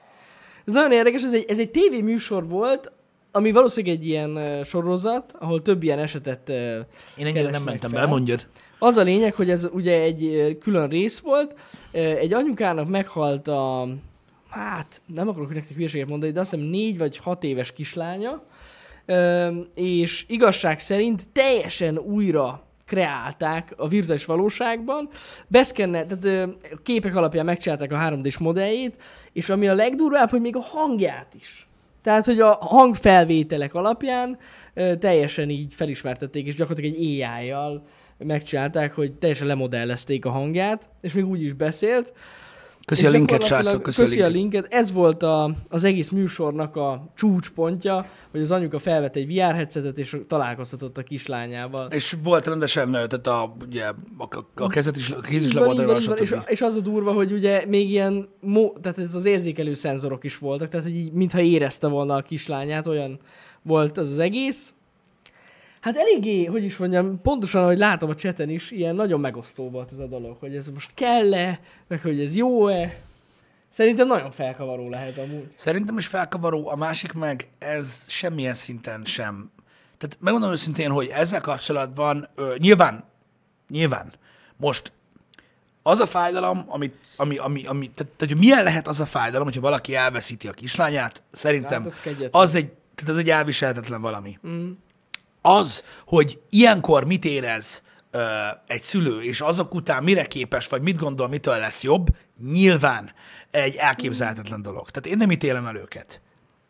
Ez nagyon érdekes, ez egy, ez egy tévéműsor volt, ami valószínűleg egy ilyen uh, sorozat, ahol több ilyen esetet uh, Én ennyire keresnek nem mentem fel. bele, mondjad. Az a lényeg, hogy ez ugye egy ö, külön rész volt. Ö, Egy anyukának meghalt a, hát nem akarok nektek hülyeséget mondani, de azt hiszem négy vagy hat éves kislánya, Ö, és igazság szerint teljesen újra kreálták a virtuális valóságban, beszkennel, tehát ö, képek alapján megcsinálták a három dés modelljét, és ami a legdurvább, hogy még a hangját is. Tehát, hogy a hangfelvételek alapján ö, teljesen így felismertették, és gyakorlatilag egy á í-jal megcsinálták, hogy teljesen lemodellezték a hangját, és még úgy is beszélt. Köszi És a linket, gyakorlatilag- srácok, köszi, köszi a a linket. linket. Ez volt a, az egész műsornak a csúcspontja, hogy az anyuka felvett egy vé er headsetet, és találkozhatott a kislányával. És volt rendesen, tehát a, ugye, a, a, a kezet is, a kéz is Így le van, volt így rajta, van, így van. És, stb. és az a durva, hogy ugye még ilyen, mo- tehát ez az érzékelő szenzorok is voltak, tehát hogy így, mintha érezte volna a kislányát, olyan volt az az egész. Hát eléggé, hogy is mondjam, pontosan, ahogy látom a chaten is, ilyen nagyon megosztó volt ez a dolog, hogy ez most kell-e, meg hogy ez jó-e. Szerintem nagyon felkavaró lehet amúgy. Szerintem is felkavaró, a másik meg ez semmilyen szinten sem. Tehát megmondom őszintén, hogy ezzel kapcsolatban ö, nyilván, nyilván, most az a fájdalom, ami, ami, ami, ami tehát, tehát, hogy milyen lehet az a fájdalom, hogyha valaki elveszíti a kislányát, szerintem Hát az kegyetlen. az egy, tehát az egy elviselhetetlen valami. Mm. Az, hogy ilyenkor mit érez ö, egy szülő, és azok után mire képes, vagy mit gondol, mitől lesz jobb, nyilván egy elképzelhetetlen dolog. Tehát én nem ítélem el őket.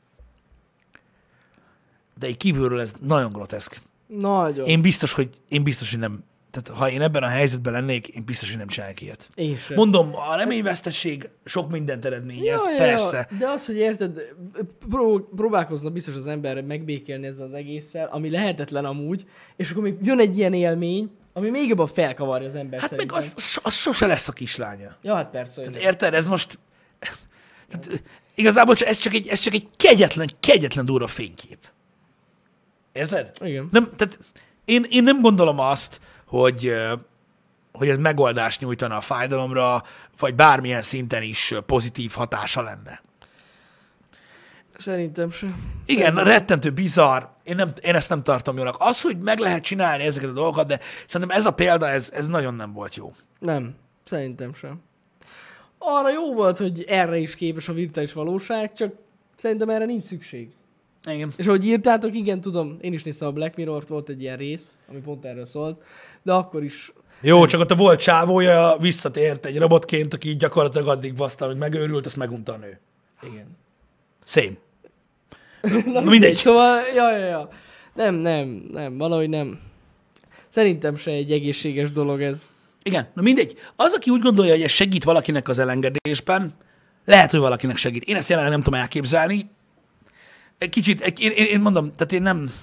De egy kívülről ez nagyon groteszk. Nagyon. Én biztos, hogy, én biztos, hogy nem, tehát ha én ebben a helyzetben lennék, én biztos, hogy nem csinálok ilyet. Én sem. Mondom, a reményvesztesség sok mindent eredményez, Ja, ja, persze. ja. De az, hogy érted, pró- próbálkozna biztos az ember megbékélni ezzel az egésszel, ami lehetetlen amúgy, és akkor még jön egy ilyen élmény, ami még jobban felkavarja az ember Hát szerintem. meg az, az sose lesz a kislánya. Ja, hát persze, hogy Tehát érted, ez most... Tehát, igazából ez csak egy, ez csak egy kegyetlen, kegyetlen durva fénykép. Érted? Igen. Nem, tehát én, én nem gondolom azt, hogy, ö, hogy ez megoldást nyújtana a fájdalomra, vagy bármilyen szinten is pozitív hatása lenne. Szerintem sem. Igen, rettentő bizarr. Én, nem, én ezt nem tartom jónak. Az, hogy meg lehet csinálni ezeket a dolgokat, de szerintem ez a példa, ez, ez nagyon nem volt jó. Nem. Szerintem sem. Arra jó volt, hogy erre is képes a virtuális valóság, csak szerintem erre nincs szükség. Igen. És ahogy írtátok, igen, tudom, én is néztem a Black Mirror-t, volt egy ilyen rész, ami pont erről szólt, de akkor is... Jó, csak ott a volt csávója visszatért egy robotként, aki gyakorlatilag addig baszta, amit megőrült, azt megunta a nő. Igen. Same. Na, mindegy. Szóval, ja, ja, ja. Nem, nem, nem, valahogy nem. Szerintem se egy egészséges dolog ez. Igen, na mindegy. Az, aki úgy gondolja, hogy ez segít valakinek az elengedésben, lehet, hogy valakinek segít. Én ezt jelenleg nem tudom elképzelni. Egy kicsit, egy, én, én mondom, tehát én nem...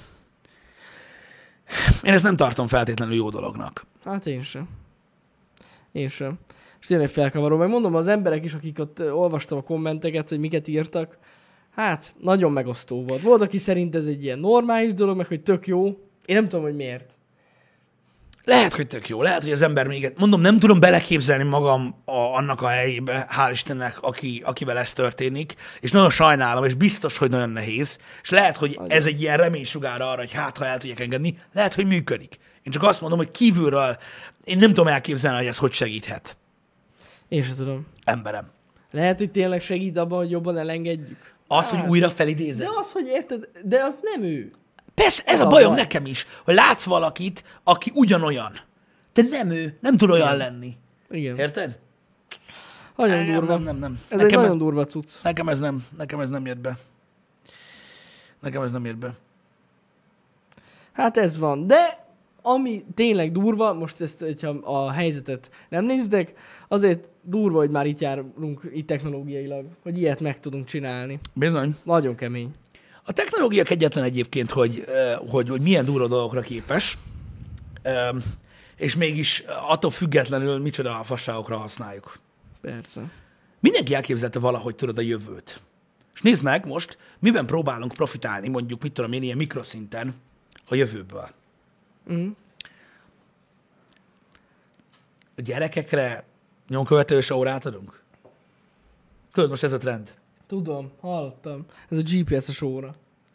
Én ezt nem tartom feltétlenül jó dolognak. Hát én sem. Én sem. És tényleg felkavaró. Meg mondom, az emberek is, akik ott olvastam a kommenteket, hogy miket írtak, hát nagyon megosztó volt. Volt, aki szerint ez egy ilyen normális dolog, meg hogy tök jó. Én nem tudom, hogy miért. Lehet, hogy tök jó. Lehet, hogy az ember még... Mondom, nem tudom beleképzelni magam a, annak a helyébe, hál' Istennek, aki, akivel ez történik, és nagyon sajnálom, és biztos, hogy nagyon nehéz, és lehet, hogy Nagyon. ez egy ilyen reménysugár arra, hogy hát, ha el tudják engedni, lehet, hogy működik. Én csak azt mondom, hogy kívülről én nem tudom elképzelni, hogy ez hogy segíthet Én sem tudom. emberem. Lehet, hogy tényleg segít abban, hogy jobban elengedjük. Az, Hát, hogy újra felidézed. De az, hogy érted, de az nem ő. Persze, ez Ez a a bajom baj. nekem is, hogy látsz valakit, aki ugyanolyan, de nem ő, nem tud olyan lenni. Igen. Érted? Nagyon Nem, durva. nem, nem, nem. Ez Nekem egy nagyon ez- durva cucc. Nekem ez nem, nekem ez nem jött be. Nekem ez nem jött be. Hát ez van. De ami tényleg durva, most ezt, hogyha a helyzetet nem nézdek, azért durva, hogy már itt járunk itt technológiailag, hogy ilyet meg tudunk csinálni. Bizony. Nagyon kemény. A technológia egyetlen egyébként, hogy, eh, hogy, hogy milyen durva dolgokra képes, em, és mégis attól függetlenül micsoda fasságokra használjuk. Persze. Mindenki elképzelte valahogy, tudod, a jövőt. És nézd meg most, miben próbálunk profitálni, mondjuk, mit tudom én, ilyen mikroszinten a jövőből. Mm. A gyerekekre nyomkövetős órát adunk? Tudod, most ez a trend. Tudom, hallottam. Ez a gé pé es-es óra.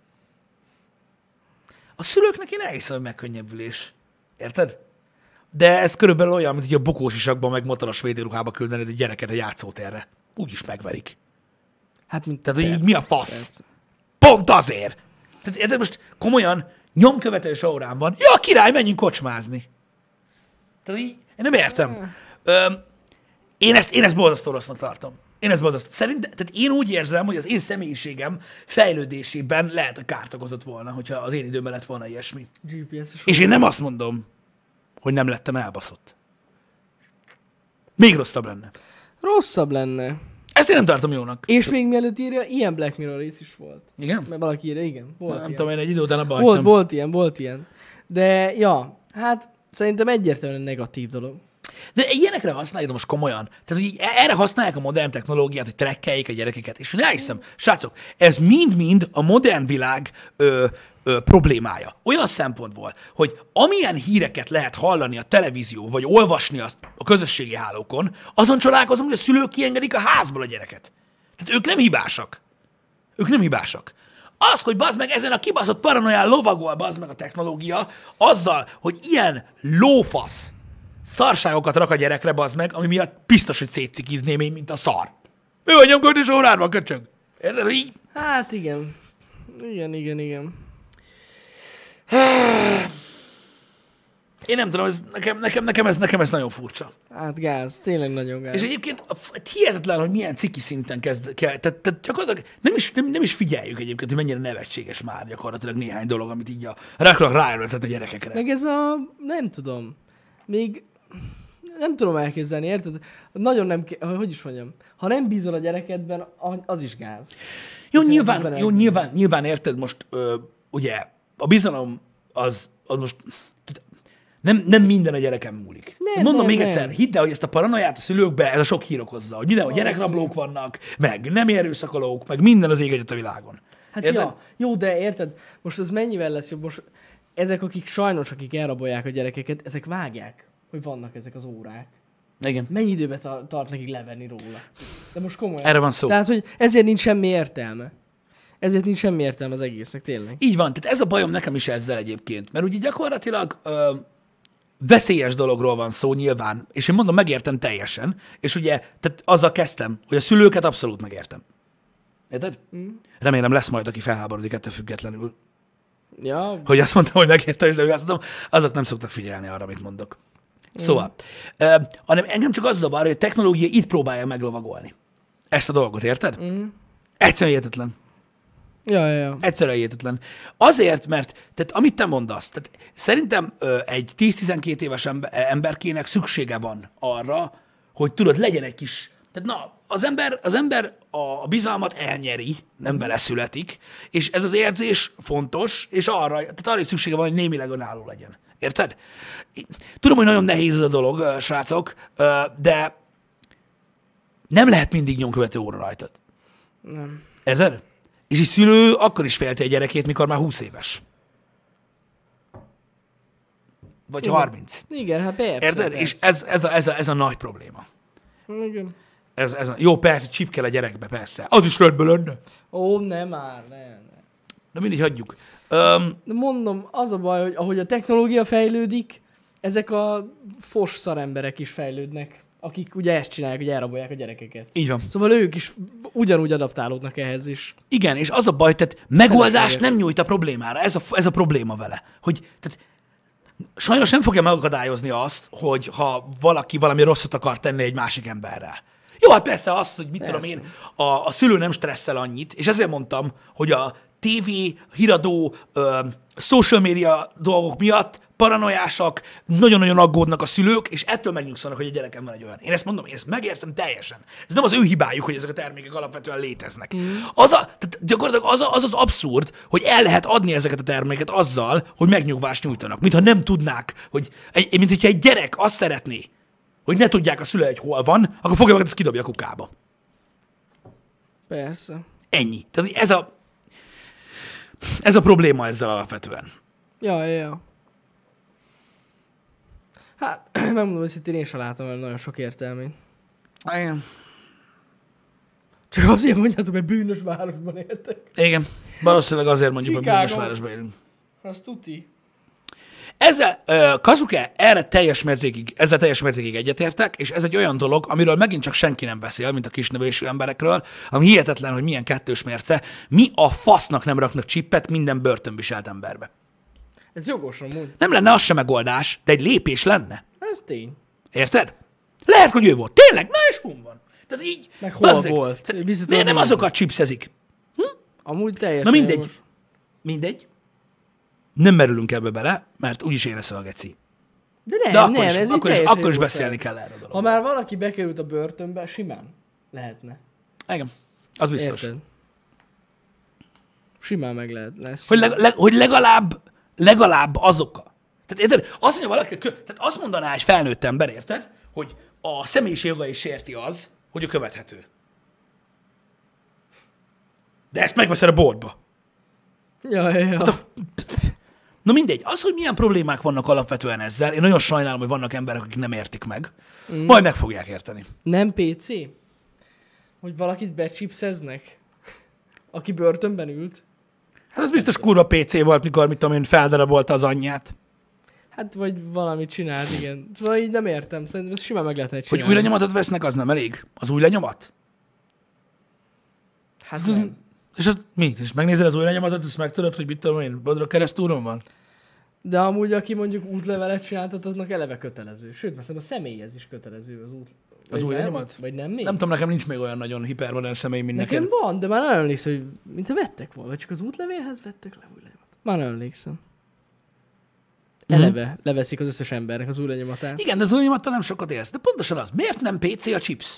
A szülőknek én elhiszem, hogy megkönnyebbülés. Érted? De ez körülbelül olyan, mint hogy a bokós isakban meg motoros védőruhába küldenéd egy gyereket a játszótérre. Úgyis megverik. Hát, mint Tehát, hogy így persze, mi a fasz? persze. Pont azért! Tehát érted, most komolyan nyomkövetős órán van. Ja, király, menjünk kocsmázni. Tehát így, én nem értem. Ö, én ezt, én ezt borzasztó rossznak tartom. Én ezt borzasztó. Szerint, tehát én úgy érzem, hogy az én személyiségem fejlődésében lehet, hogy kárt okozott volna, hogyha az én időmben lett volna ilyesmi. gé pé es-es És én nem azt mondom, hogy nem lettem elbaszott. Még rosszabb lenne. Rosszabb lenne. Ezt én nem tartom jónak. És még mielőtt írja, ilyen Black Mirror rész is volt. Igen? Mert valaki írja, igen. Volt Nem ilyen. tudom, én egy idő után abba Volt, hagytam. volt ilyen, volt ilyen. De, ja, hát szerintem egyértelműen negatív dolog. De ilyenekre használják, de most komolyan. Tehát, hogy így erre használják a modern technológiát, hogy trekkeljék a gyerekeket. És én elhiszem, srácok, ez mind-mind a modern világ ö, ö, problémája. Olyan szempontból, hogy amilyen híreket lehet hallani a televízió, vagy olvasni a, a közösségi hálókon, azon csodálkozom, hogy a szülők kiengedik a házból a gyereket. Tehát ők nem hibásak. Ők nem hibásak. Az, hogy bazd meg ezen a kibaszott paranoián lovagol bazd meg a technológia, azzal, hogy ilyen lófasz szarságokat rak a gyerekre, bazd meg, ami miatt biztos, hogy szétcikizném én, mint a szar. Mi vagy nyomkötés órán van, köcsög? Érted, hogy így? Hát igen. Igen, igen, igen. Én nem tudom, ez, nekem, nekem, nekem, ez, nekem ez nagyon furcsa. Hát gáz, tényleg nagyon gáz. És egyébként a f- hihetetlen, hogy milyen ciki szinten kezd, ke, tehát, tehát gyakorlatilag nem is, nem, nem is figyeljük egyébként, hogy mennyire nevetséges már gyakorlatilag néhány dolog, amit így a rakrak ráerőltet a gyerekekre. Meg ez a, nem tudom, még nem tudom elképzelni, érted? Nagyon nem, ke- hogy is mondjam, ha nem bízol a gyerekedben, a- az is gáz. Jó, Nekem nyilván, közben jó elbízom. nyilván, nyilván érted most, ö, ugye, a bizalom az, az most nem, nem minden a gyerekem múlik. Nem, Mondom nem, még nem. egyszer, hidd el, hogy ezt a paranoiát a szülőkbe, ez a sok hír okozza, hogy mindenhol gyerekrablók vannak, meg nem erőszakolók, meg minden az ég egyet a világon. Hát Érted? ja, jó, de érted, most ez mennyivel lesz jobb? Most ezek, akik sajnos, akik elrabolják a gyerekeket, ezek vágják, hogy vannak ezek az órák. Igen. Mennyi időbe tar- tart nekik levenni róla? De most komolyan. Erre van szó. Tehát, hogy ezért nincs semmi értelme. Ezért nincs semmi értelme az egésznek, tényleg. Így van, tehát ez a bajom nekem is ezzel egyébként, mert ugye gyakorlatilag ö, veszélyes dologról van szó nyilván, és én mondom, megértem teljesen, és ugye, tehát azzal kezdtem, hogy a szülőket abszolút megértem. Érted? Mm. Remélem lesz majd, aki felháborodik ettől függetlenül. Ja. Hogy azt mondtam, hogy megértem, és de azt mondom, azok nem szoktak figyelni arra, amit mondok. Mm. Szóval, uh, hanem engem csak az zavar, hogy a technológia itt próbálja meglovagolni ezt a dolgot, érted? Mm. Egyszerűen hihetetlen. Ja, ja, ja. Egyszerűen hihetetlen. Azért, mert tehát, amit te mondasz, tehát szerintem ö, egy tíz-tizenkét éves emberkének szüksége van arra, hogy tudod, legyen egy kis... Tehát na, az ember, az ember a bizalmat elnyeri, nem vele születik, és ez az érzés fontos, és arra, tehát arra is szüksége van, hogy némileg önálló legyen. Érted? Tudom, hogy nagyon nehéz ez a dolog, srácok, de nem lehet mindig nyomkövető óra rajtad. Nem. Ezer? És egy szülő akkor is félti a gyerekét, mikor már húsz éves. Vagy Igen. harminc. Igen, hát persze. Érted? Persze. És ez, ez, a, ez, a, ez a nagy probléma. Igen. Ez, ez a, jó, persze, csip kell a gyerekbe, persze. Az is rendben lenne. Ó, nem már, nem, nem. De mindig hagyjuk. Um, De mondom, az a baj, hogy ahogy a technológia fejlődik, ezek a fos szaremberek is fejlődnek, akik ugye ezt csinálják, hogy elrabolják a gyerekeket. így van. Szóval ők is ugyanúgy adaptálódnak ehhez is. Igen, és az a baj, tehát megoldást nem nyújt a problémára. Ez a, ez a probléma vele. Hogy, tehát, sajnos nem fogja megakadályozni azt, hogy ha valaki valami rosszat akar tenni egy másik emberrel. Jó, hát persze azt, hogy mit persze. tudom én, a, a szülő nem stresszel annyit, és ezért mondtam, hogy a tévé, híradó, ö, social media dolgok miatt paranoiásak, nagyon-nagyon aggódnak a szülők, és ettől megnyugszanak, hogy a gyerekem van egy olyan. Én ezt mondom, én ezt megértem teljesen. Ez nem az ő hibájuk, hogy ezek a termékek alapvetően léteznek. Mm. Az, a, tehát gyakorlatilag az, a, az az abszurd, hogy el lehet adni ezeket a terméket azzal, hogy megnyugvást nyújtanak. Mintha nem tudnák, hogy, egy, mint hogyha egy gyerek azt szeretné, hogy ne tudják a szülei, hogy hol van, akkor fogja meg, ezt kidobja a kukába. Persze. Ennyi. Tehát ez a, ez a probléma ezzel alapvetően. Ja, ja, ja. Hát, megmondom, hogy én sem látom el nagyon sok értelmét. Igen. Csak azért mondjátok, hogy bűnös városban éltek. Igen. Valószínűleg azért mondjuk, hogy Chicago. bűnös városban élünk. Azt tuti. Ezzel, uh, Kazuke, erre teljes mértékig, ezzel teljes mértékig egyetértek, és ez egy olyan dolog, amiről megint csak senki nem beszél, mint a kisnövésű emberekről, ami hihetetlen, hogy milyen kettős mérce. Mi a fasznak nem raknak csippet minden börtönviselt emberbe? Ez jogos amúgy. Nem lenne az sem megoldás, de egy lépés lenne. Ez tény. Érted? Lehet, hogy ő volt. Tényleg? Na és hol van? Tehát így... Meg hol bazzeg. volt? Tehát Biztos, miért nem hogy azokat chipszezik? Amúgy teljesen Na mindegy. jogos. Mindegy. Nem merülünk ebbe bele, mert úgyis én leszel a geci. De nem, De akkor nem, is, ez akkor így is, teljesen akkor is jogos beszélni lehet. kell erről a Ha dologról. már valaki bekerült a börtönbe, simán lehetne. Igen, az biztos. Érted? Simán meg lehet. Lesz. Hogy, leg, leg, hogy legalább, legalább azok. Tehát érted? Azt mondja valaki, tehát azt mondaná egy felnőtt ember, érted? Hogy a személyiség jogai sérti az, hogy ő követhető. De ezt megveszed a boltba. Ja, ja, ja. Hát a... Na mindegy, az, hogy milyen problémák vannak alapvetően ezzel, én nagyon sajnálom, hogy vannak emberek, akik nem értik meg. Mm. Majd meg fogják érteni. Nem pé cé? Hogy valakit becsipszeznek? Aki börtönben ült? Hát az biztos kurva pé cé volt, mikor, mit tudom én, feldarabolta az anyját. Hát vagy valamit csinált, igen. Szóval így nem értem, szerintem ezt simán meg lehetne Hogy csinálni. új lenyomatot vesznek, az nem elég? Az új lenyomat? Hát Az, nem. és az mi? És megnézed az új lenyomatot, és megtudod, hogy mit tudom én, Bodrog keresztúron van? De amúgy, aki mondjuk útlevelet csináltat, aznak eleve kötelező. Sőt, azt hiszem a személyhez is kötelező az út. Az Vagy új nem? lenyomat? Vagy nem még? Nem tudom, nekem nincs még olyan nagyon hipermodern személy, mint Nekem neked. van, de már nem emlékszem, hogy mint a vettek volna. Vagy csak az útlevélhez vettek le új lenyomat. Már nem emlékszem. Eleve leveszik az összes embernek az új lenyomatát. Igen, de az új lenyomattal nem sokat élsz. De pontosan az. Miért nem pé cé a chips?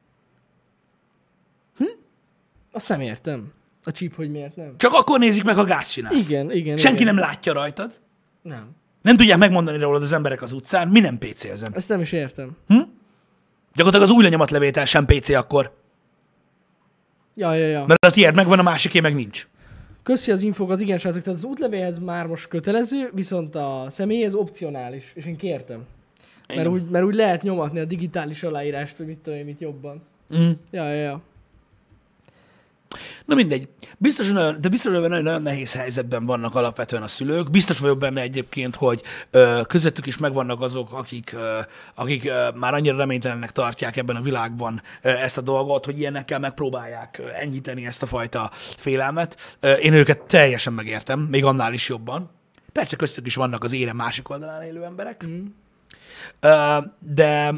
Azt nem értem. A chip, hogy miért nem. Csak akkor nézik meg, ha gáz csinálsz. Igen, igen. Senki igen. nem látja rajtad. Nem. Nem tudják megmondani rólad az emberek az utcán. Mi nem pé cé ezen? Ezt nem is értem. Gyakorlatilag az új lenyomatlevétel sem pé cé akkor. Ja, ja, ja. Mert a tiéd megvan, a másiké meg nincs. Köszi az infokat, igen, srácok, tehát az útlevélhez már most kötelező, viszont a személyhez opcionális, és én kértem. Mert úgy, mert úgy lehet nyomatni a digitális aláírást, hogy mit tudom én, mit jobban. Mm. Ja, ja, ja. Na mindegy. Biztos, hogy nagyon, de biztos, hogy nagyon, nagyon nehéz helyzetben vannak alapvetően a szülők. Biztos vagyok benne egyébként, hogy ö, közöttük is megvannak azok, akik, ö, akik ö, már annyira reménytelennek tartják ebben a világban ö, ezt a dolgot, hogy ilyenekkel megpróbálják ö, enyhíteni ezt a fajta félelmet. Ö, én őket teljesen megértem, még annál is jobban. Persze köztük is vannak az érem másik oldalán élő emberek. Mm. Ö, de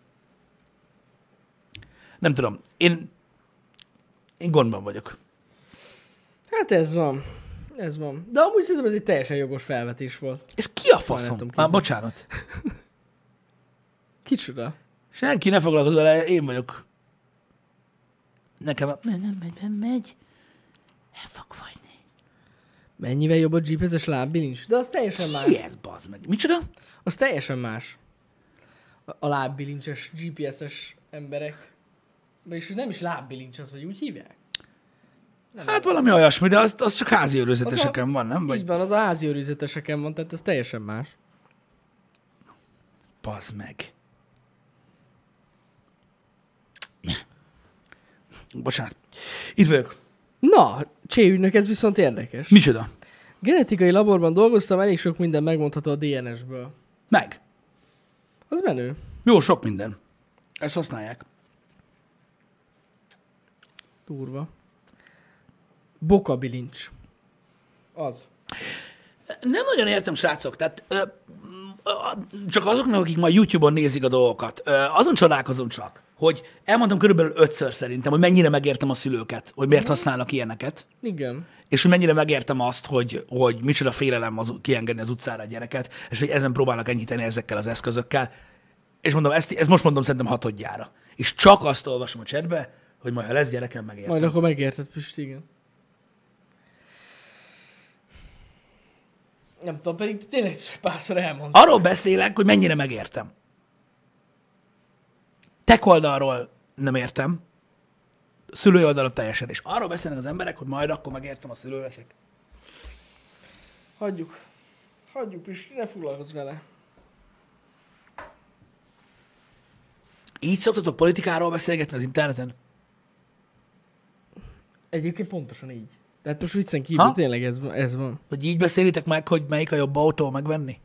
nem tudom, én, én gondban vagyok. Hát ez van. Ez van. De amúgy szerintem ez egy teljesen jogos felvetés volt. Ez ki a faszom? Már bocsánat. Kicsoda? Senki ne foglalkozz vele, én vagyok. Nekem a... Nem, nem megy, nem megy. El fog fagyni. Mennyivel jobb a gé pé es-es lábbilincs? De az teljesen más. Mi ez, bazd meg? Micsoda? Az teljesen más. A lábbilincses gé pé es-es emberek. Vagyis nem is lábbilincs az, vagy úgy hívják? Nem hát valami olyasmi, de az, az csak házi őrözeteseken van, nem? Vagy... Így van, az a házi őrizeteseken van, tehát ez teljesen más. Bazd meg. Bocsánat. Itt vagyok. Na, Csé ügynök, ez viszont érdekes. Micsoda? Genetikai laborban dolgoztam, elég sok minden megmondható a dé en es-ből. Meg. Az menő. Jó, sok minden. Ezt használják. Durva. Bokabilincs. Az. Nem nagyon értem, srácok. Tehát ö, ö, csak azoknak, akik majd YouTube-on nézik a dolgokat, ö, azon csodálkozom csak, hogy elmondtam körülbelül ötször szerintem, hogy mennyire megértem a szülőket, hogy miért használnak ilyeneket. Igen. És hogy mennyire megértem azt, hogy, hogy micsoda félelem az, kiengedni az utcára a gyereket, és hogy ezen próbálnak enyhíteni ezekkel az eszközökkel. És mondom, ezt, ezt most mondom szerintem hatodjára. És csak azt olvasom a chatbe, hogy majd ha lesz gyerekem, megértem. Majd akkor megérted, Pisti, igen. Nem tudom, pedig tényleg párszor elmondtam. Arról beszélek, hogy mennyire megértem. Tech oldalról nem értem, szülői oldalon teljesen. És arról beszélnek az emberek, hogy majd akkor megértem, a szülő leszek. Hagyjuk. Hagyjuk, Pisti, ne foglalkozz vele. Így szoktatok politikáról beszélgetni az interneten? Egyébként pontosan így. Tehát most viccen kívül tényleg ez, ez van. Hogy így beszélitek meg, hogy melyik a jobb autó megvenni?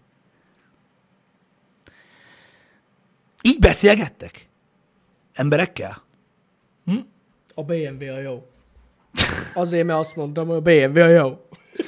Így beszélgettek? Emberekkel? Hm? A bé em vé a jó. Azért, mert azt mondtam, hogy a bé em vé a jó.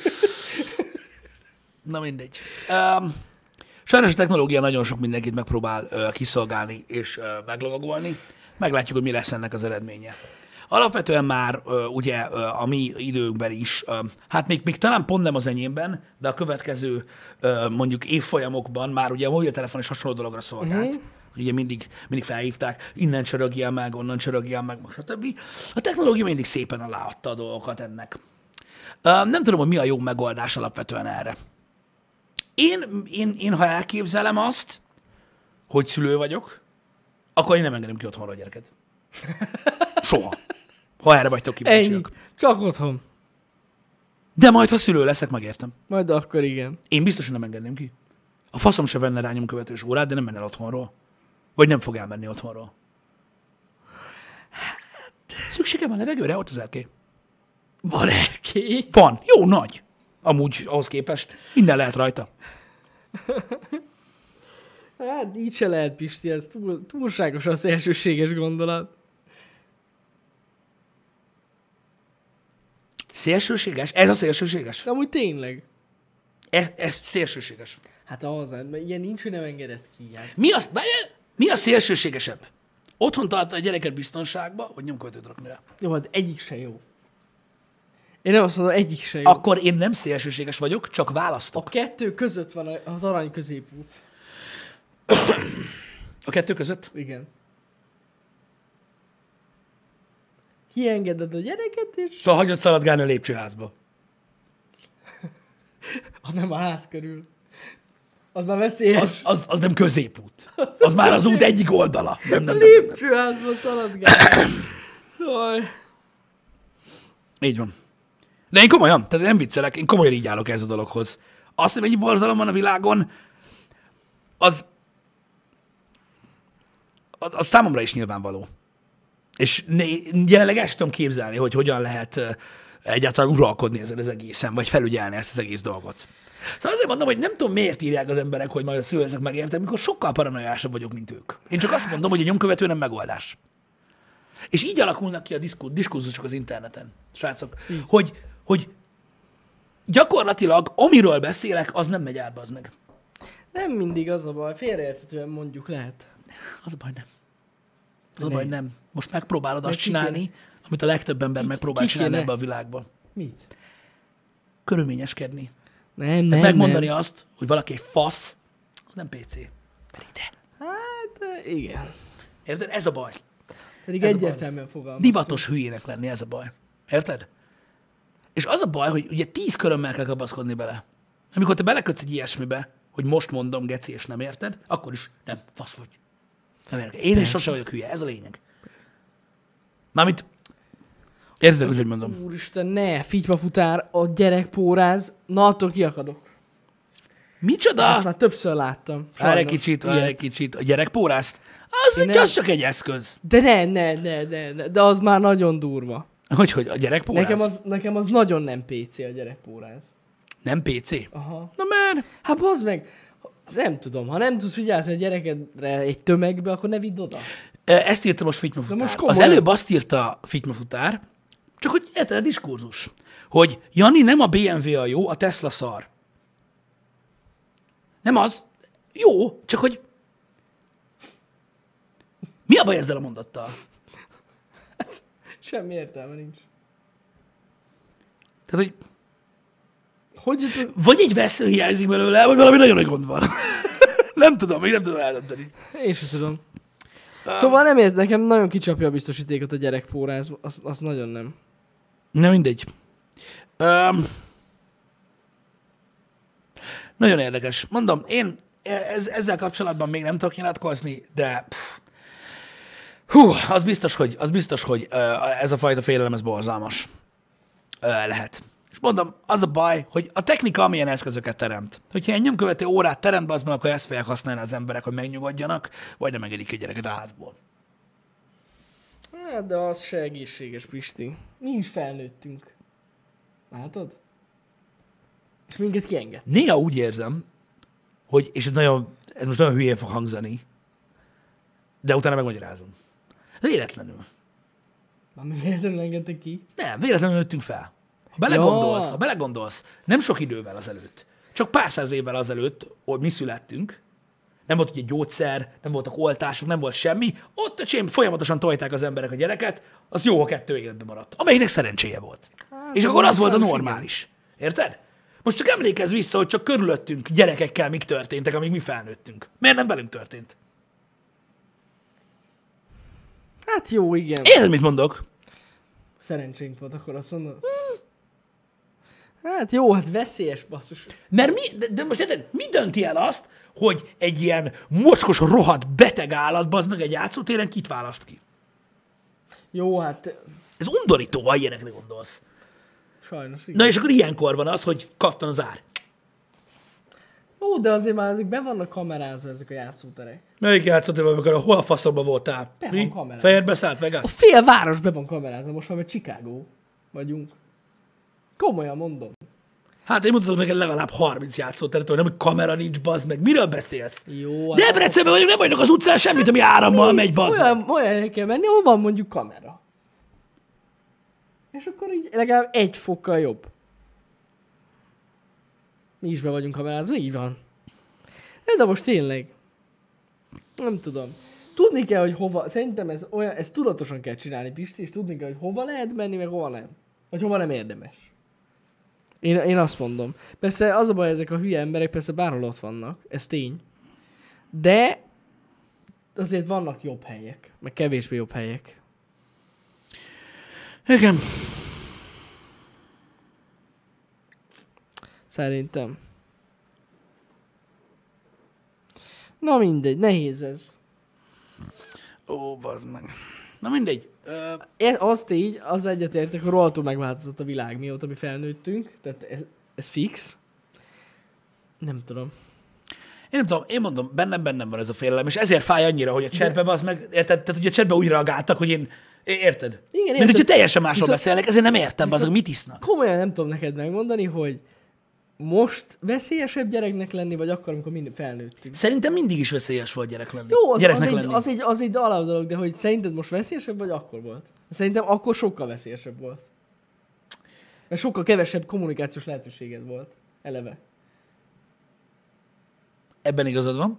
Na mindegy. Um, sajnos a technológia nagyon sok mindenkit megpróbál uh, kiszolgálni és uh, meglovagolni. Meglátjuk, hogy mi lesz ennek az eredménye. Alapvetően már uh, ugye uh, a mi időnkben is, uh, hát még, még talán pont nem az enyémben, de a következő uh, mondjuk évfolyamokban már ugye a mobiltelefon is hasonló dologra szolgált. Uh-huh. Ugye mindig, mindig felhívták, innen csörögjél meg, onnan csörögjél meg, stb. A technológia mindig szépen aláadta a dolgokat ennek. Uh, nem tudom, hogy mi a jó megoldás alapvetően erre. Én, én, én ha elképzelem azt, hogy szülő vagyok, akkor én nem engedem ki otthonra a gyereket. Soha. Ha erre vagytok kíváncsiak. Ennyi. Csak otthon. De majd, ha szülő leszek, megértem. Majd akkor igen. Én biztos, hogy nem engedném ki. A faszom se venne rá nyomkövetős órát, de nem menne el otthonról. Vagy nem fog elmenni otthonról. Hát... Szükségem van levegőre, ott az erkély. Van erkély? Van. Jó, nagy. Amúgy ahhoz képest minden lehet rajta. Hát így se lehet, Pisti, ez túl, túlságosan szélsőséges gondolat. Szélsőséges? Ez a szélsőséges? De amúgy tényleg. Ez, ez szélsőséges. Hát az, mert ilyen nincs, hogy nem engedett ki. Hát. Mi, az, mi a szélsőségesebb? Otthon tartani a gyereket biztonságba, vagy nyomkövetőt rakni rá? Jó, hát egyik se jó. Én nem azt mondom, egyik se jó. Akkor én nem szélsőséges vagyok, csak választok. A kettő között van az arany középút. A kettő között? Igen. Kiengeded a gyereket, és... Szóval hagyod szaladgálni a lépcsőházba. Az nem a ház körül. Az már veszélyes. Az, az, az nem középút. Az már az út egyik oldala. Nem, nem, a nem, nem, nem. lépcsőházba szaladgál. Jaj. Így van. De én komolyan, tehát nem viccelek, én komolyan így állok ez a dologhoz. Azt, hogy mennyi borzalom van a világon, az, az, az számomra is nyilvánvaló. És né- jelenleg el sem tudom képzelni, hogy hogyan lehet ö, egyáltalán uralkodni ezen az egészen, vagy felügyelni ezt az egész dolgot. Szóval azért mondom, hogy nem tudom, miért írják az emberek, hogy majd a szülőzek megértek, mikor sokkal paranoiásabb vagyok, mint ők. Én csak azt mondom, hogy a nyomkövető nem megoldás. És így alakulnak ki a diszku- diskurzusok az interneten, srácok, hogy, hogy gyakorlatilag, amiről beszélek, az nem megy átba, az meg. Nem mindig az a baj, félreérthetően mondjuk lehet. Az a baj nem. Az a Nem. baj nem. Most megpróbálod azt ki csinálni, kéne- amit a legtöbb ember megpróbál ki csinálni kéne? ebbe a világban. Mit? Körülményeskedni. Nem, nem, Megmondani nem. azt, hogy valaki egy fasz, az nem pé cé. Pedig de. Hát, igen. Érted? Ez a baj. Pedig Ez a baj. egyértelműen fogalmaz. Divatos hülyének lenni, ez a baj. Érted? És az a baj, hogy ugye tíz körömmel kell kapaszkodni bele. Amikor te belekötsz egy ilyesmibe, hogy most mondom, geci, és nem érted, akkor is nem, fasz vagy. Nem értek. Én is sose vagyok hülye, ez a lényeg. Mármint, érted, hogy mondom. Úristen, ne, fitymafutár, a gyerek póráz, na attól kiakadok. Micsoda? Ezt már többször láttam. Várj egy Sajnos. kicsit, várj Ilyet. egy kicsit. A gyerekpórászt? Az, Én egy, nem- az csak egy eszköz. De ne, ne, ne, ne, ne, de az már nagyon durva. Hogy, hogy a gyerekpórász? Nekem az, nekem az nagyon nem pé cé a gyerek póráz. Nem pé cé? Aha. Na mert... Hát bazd meg, nem tudom, ha nem tudsz figyelni a gyerekedre egy tömegbe, akkor ne vidd oda. Ezt írta most De Fitymafutár. most Az komolyan. előbb azt írta Fitymafutár, csak hogy érted a diskurzus, hogy Jani, nem a bé em vé a jó, a Tesla szar. Nem az. Jó, csak hogy... Mi a baj ezzel a mondattal? Semmi értelme nincs. Tehát, hogy Hogy jut... vagy egy vesző hiányzik belőle, vagy valami nagyon nagy gond van. Nem tudom, még nem tudom eldönteni. Én sem tudom. Szóval nem ért, nekem nagyon kicsapja a biztosítékot a gyerekpóráz, az, az nagyon nem. Na mindegy. Um, nagyon érdekes. Mondom, én ez, ezzel kapcsolatban még nem tudok nyilatkozni, de pff, hú, az biztos, hogy, az biztos, hogy uh, ez a fajta félelem, ez borzalmas uh, lehet. És mondom, az a baj, hogy a technika amilyen eszközöket teremt. Hogyha egy nyomkövető órát teremt, az akkor ezt fogják használni az emberek, hogy megnyugodjanak, vagy nem engedik a gyereket a házból. Hát, de az se egészséges, Pisti. Mi is felnőttünk. Látod? És minket kienged. Néha úgy érzem, hogy, és ez, nagyon, ez most nagyon hülyén fog hangzani, de utána megmagyarázom. Véletlenül. Már mi véletlenül engedtek ki? Nem, véletlenül nőttünk fel. Ha belegondolsz, Ja. ha belegondolsz, nem sok idővel azelőtt, csak pár száz évvel azelőtt, hogy mi születtünk, nem volt ugye gyógyszer, nem voltak oltások, nem volt semmi, ott a csém folyamatosan tojták az emberek a gyereket, az jó, ha kettő életben maradt, amelyiknek szerencséje volt. Hát, és akkor az volt a sajnos normális. Érted? Most csak emlékezz vissza, hogy csak körülöttünk gyerekekkel mik történtek, amíg mi felnőttünk. Miért nem velünk történt? Hát jó, igen. Érted, mit mondok? Szerencsénk volt, akkor azt mondod. Hát jó, hát veszélyes basszus. Mert mi, de, de most érted, mi dönti el azt, hogy egy ilyen mocskos, rohadt, beteg állatban az meg egy játszótéren kit választ ki? Jó, hát Ez undorító, ha ilyenekre gondolsz. sajnos igen. Na és akkor ilyenkor van az, hogy kattan az ár. Ó, de azért már ezek be vannak kamerázva ezek a játszóterek. Melyik játszótér, amikor hol a faszomba voltál? Be Mi? van kamerázva. Fejedbe szállt A Vegas? fél város be van kamerázva, most már mert Chicago vagyunk. Komolyan mondom. Hát én mutatok neked legalább harminc játszóteret, hogy nem, hogy kamera nincs, bazd meg. Miről beszélsz? Jó, hát Debrecenben vagyunk, nem vagyunk az utcán semmit, ami árammal megy, bazd meg. olyan, olyan helyre kell menni, ahol van mondjuk kamera. És akkor így legalább egy fokkal jobb. Mi is be vagyunk kamerázva, így van. De, de most tényleg. Nem tudom. Tudni kell, hogy hova, szerintem ez olyan, ezt tudatosan kell csinálni, Pisti, és tudni kell, hogy hova lehet menni, meg hova nem. Vagy hova nem érdemes. Én, én azt mondom. Persze az a baj, ezek a hülye emberek persze bárhol ott vannak, ez tény. De azért vannak jobb helyek, meg kevésbé jobb helyek. Igen. Szerintem. Na mindegy, nehéz ez. Ó, bazd meg. Na mindegy. Ö, E- azt így, az egyetértek, hogy rohadtul megváltozott a világ mióta mi felnőttünk, tehát ez, ez fix. Nem tudom. Én nem tudom, én mondom, bennem bennem van ez a félelem, és ezért fáj annyira, hogy a chatbe az meg, érted? Tehát, hogy a chatbe úgy reagáltak, hogy én É- Érted? Igen, Mint érted. hogyha teljesen másról Viszont- beszélnek, ezért nem értem, viszont- azok mit isznak. Komolyan nem tudom neked megmondani, hogy most veszélyesebb gyereknek lenni, vagy akkor, amikor mind felnőttünk. Szerintem mindig is veszélyes volt gyerek lenni. Jó, az, az, Gyereknek egy, lenni. az, egy, az egy alap dolog, de hogy szerinted most veszélyesebb, vagy akkor volt? Szerintem akkor sokkal veszélyesebb volt. Mert sokkal kevesebb kommunikációs lehetőséged volt. Eleve. Ebben igazad van.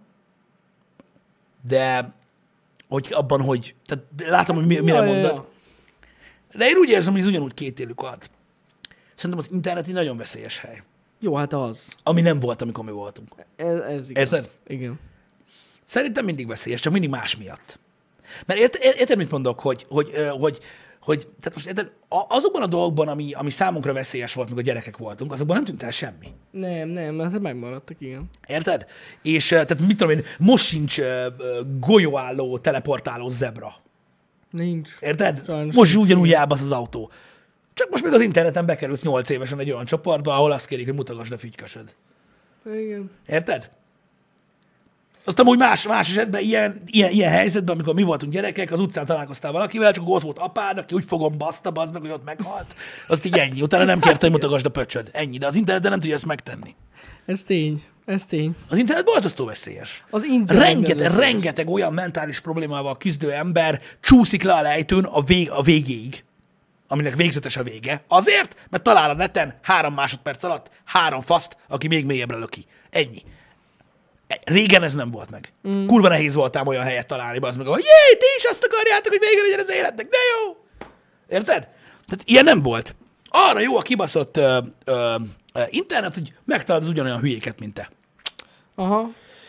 De hogy abban, hogy... Tehát látom, hogy mi, mire Ja, ja, mondod. ja. De én úgy érzem, hogy ez ugyanúgy kétélű kard. Szerintem az internet egy nagyon veszélyes hely. Jó, hát az. Ami nem volt, amikor mi voltunk. Ez, ez igaz. Érted? Igen. Szerintem mindig veszélyes, csak mindig más miatt. Mert ért, ért, érted, mit mondok, hogy, hogy, hogy, hogy, hogy tehát most érted, a- azokban a dolgokban, ami, ami számunkra veszélyes volt, amikor gyerekek voltunk, azokban nem tűnt el semmi. Nem, nem, ezek megmaradtak, igen. Érted? És eh, tehát mit tudom én, most sincs uh, golyóálló, teleportáló zebra. Nincs. Érted? Sajnos Most is nincs, ugyanúgy igen. elbasz az autó. Csak most még az interneten bekerülsz nyolc évesen egy olyan csoportba, ahol azt kérik, hogy mutogasd a fügykösöd. Igen. Érted? Aztán úgy más, más esetben, ilyen, ilyen, ilyen helyzetben, amikor mi voltunk gyerekek, az utcán találkoztál valakivel, csak akkor ott volt apád, aki úgy fogom baszta, bazd meg, hogy ott meghalt. Azt így ennyi. Utána nem kérte, hogy mutogasd a pöcsöd. Ennyi. De az interneten nem tudja ezt megtenni. Ez tény. Ez tény. Az internet borzasztó veszélyes. Az internet. Rengeteg, rengeteg olyan mentális problémával küzdő ember csúszik le a lejtőn a, vég, a végéig, aminek végzetes a vége. Azért, mert talál a neten három másodperc alatt három faszt, aki még mélyebbre löki. Ennyi. Régen ez nem volt meg. Mm. Kurva nehéz voltál olyan helyet találni, az meg, hogy jé, ti is azt akarjátok, hogy vége legyen az életnek, de jó! Érted? Tehát ilyen nem volt. Arra jó a kibaszott ö, ö, ö, internet, hogy megtalálod az ugyanolyan hülyéket, mint te. Aha.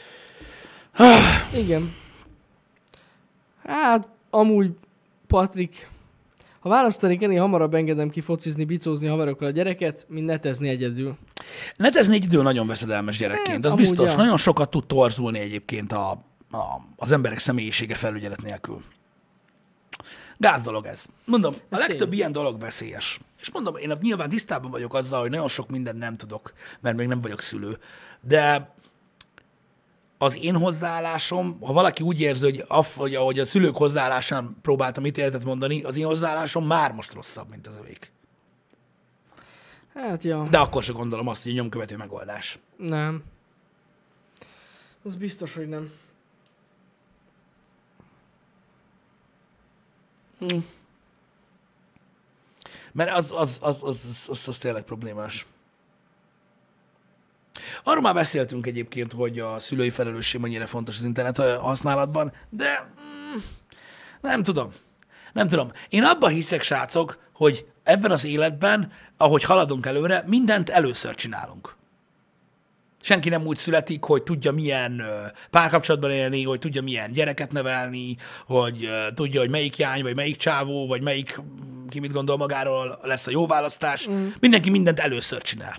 Igen. Hát, amúgy, Patrik, ha választani kell, én hamarabb engedem ki focizni, bicózni haverokkal a gyereket, mint netezni egyedül. Netezni egy idő nagyon veszedelmes gyerekként, Hát, az amúgy, biztos. ja. Nagyon sokat tud torzulni egyébként a, a, az emberek személyisége felügyelet nélkül. Gáz dolog ez. Mondom, a Ez legtöbb tény. ilyen dolog veszélyes. És mondom, én nyilván tisztában vagyok azzal, hogy nagyon sok mindent nem tudok, mert még nem vagyok szülő. De az én hozzáállásom, ha valaki úgy érzi, hogy, aff, hogy ahogy a szülők hozzáállásán próbáltam ítéletet mondani, az én hozzáállásom már most rosszabb, mint az övék. Hát, ja. De akkor sem gondolom azt, hogy a nyomkövető megoldás. Nem. Az biztos, hogy nem. Mert az, az, az, az, az, az, az tényleg problémás. Arról már beszéltünk egyébként, hogy a szülői felelősség mennyire fontos az internet használatban, de mm, nem tudom. Nem tudom. Én abban hiszek, srácok, hogy ebben az életben, ahogy haladunk előre, mindent először csinálunk. Senki nem úgy születik, hogy tudja milyen ö, párkapcsolatban élni, hogy tudja milyen gyereket nevelni, hogy ö, tudja, hogy melyik jány, vagy melyik csávó, vagy melyik, ki mit gondol magáról, lesz a jó választás. Mm. Mindenki mindent először csinál.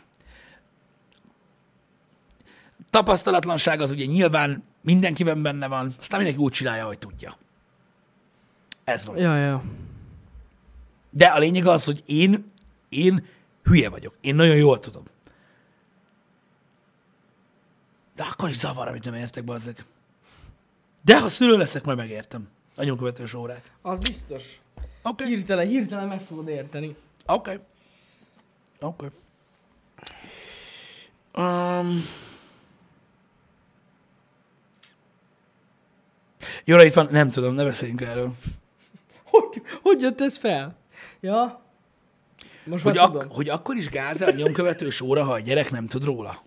Tapasztalatlanság az ugye nyilván mindenkiben benne van, aztán mindenki úgy csinálja, hogy tudja. Ez van. Ja, ja. De a lényeg az, hogy én, én hülye vagyok. Én nagyon jól tudom. De akkor is zavar, amit nem értek, bazzeg. De ha szülő leszek, majd megértem a nyomkövetős órát. Az biztos. Oké. Okay. Hirtelen, hirtelen meg fogod érteni. Oké. Okay. Oké. Okay. Um... Jóra, itt van, nem tudom, ne beszéljünk erről. Hogy, hogy jött ez fel? Ja. Most Hogy, már ak- tudom. hogy akkor is gázel a nyomkövetős óra, ha a gyerek nem tud róla?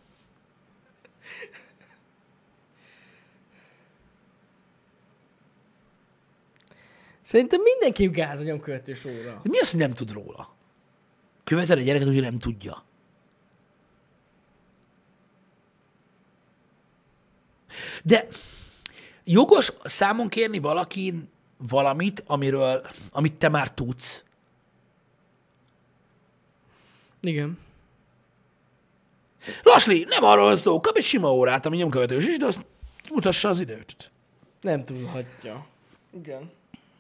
Szerintem mindenképp gáz a nyomkövetős óra. De mi az, hogy nem tud róla? Követel a gyereket, hogy nem tudja. De jogos számon kérni valakin valamit, amiről, amit te már tudsz. Igen. Lasli, nem arról van szó, kap egy sima órát, ami nyomkövetős is, de azt mutassa az időt. Nem tudhatja. Igen.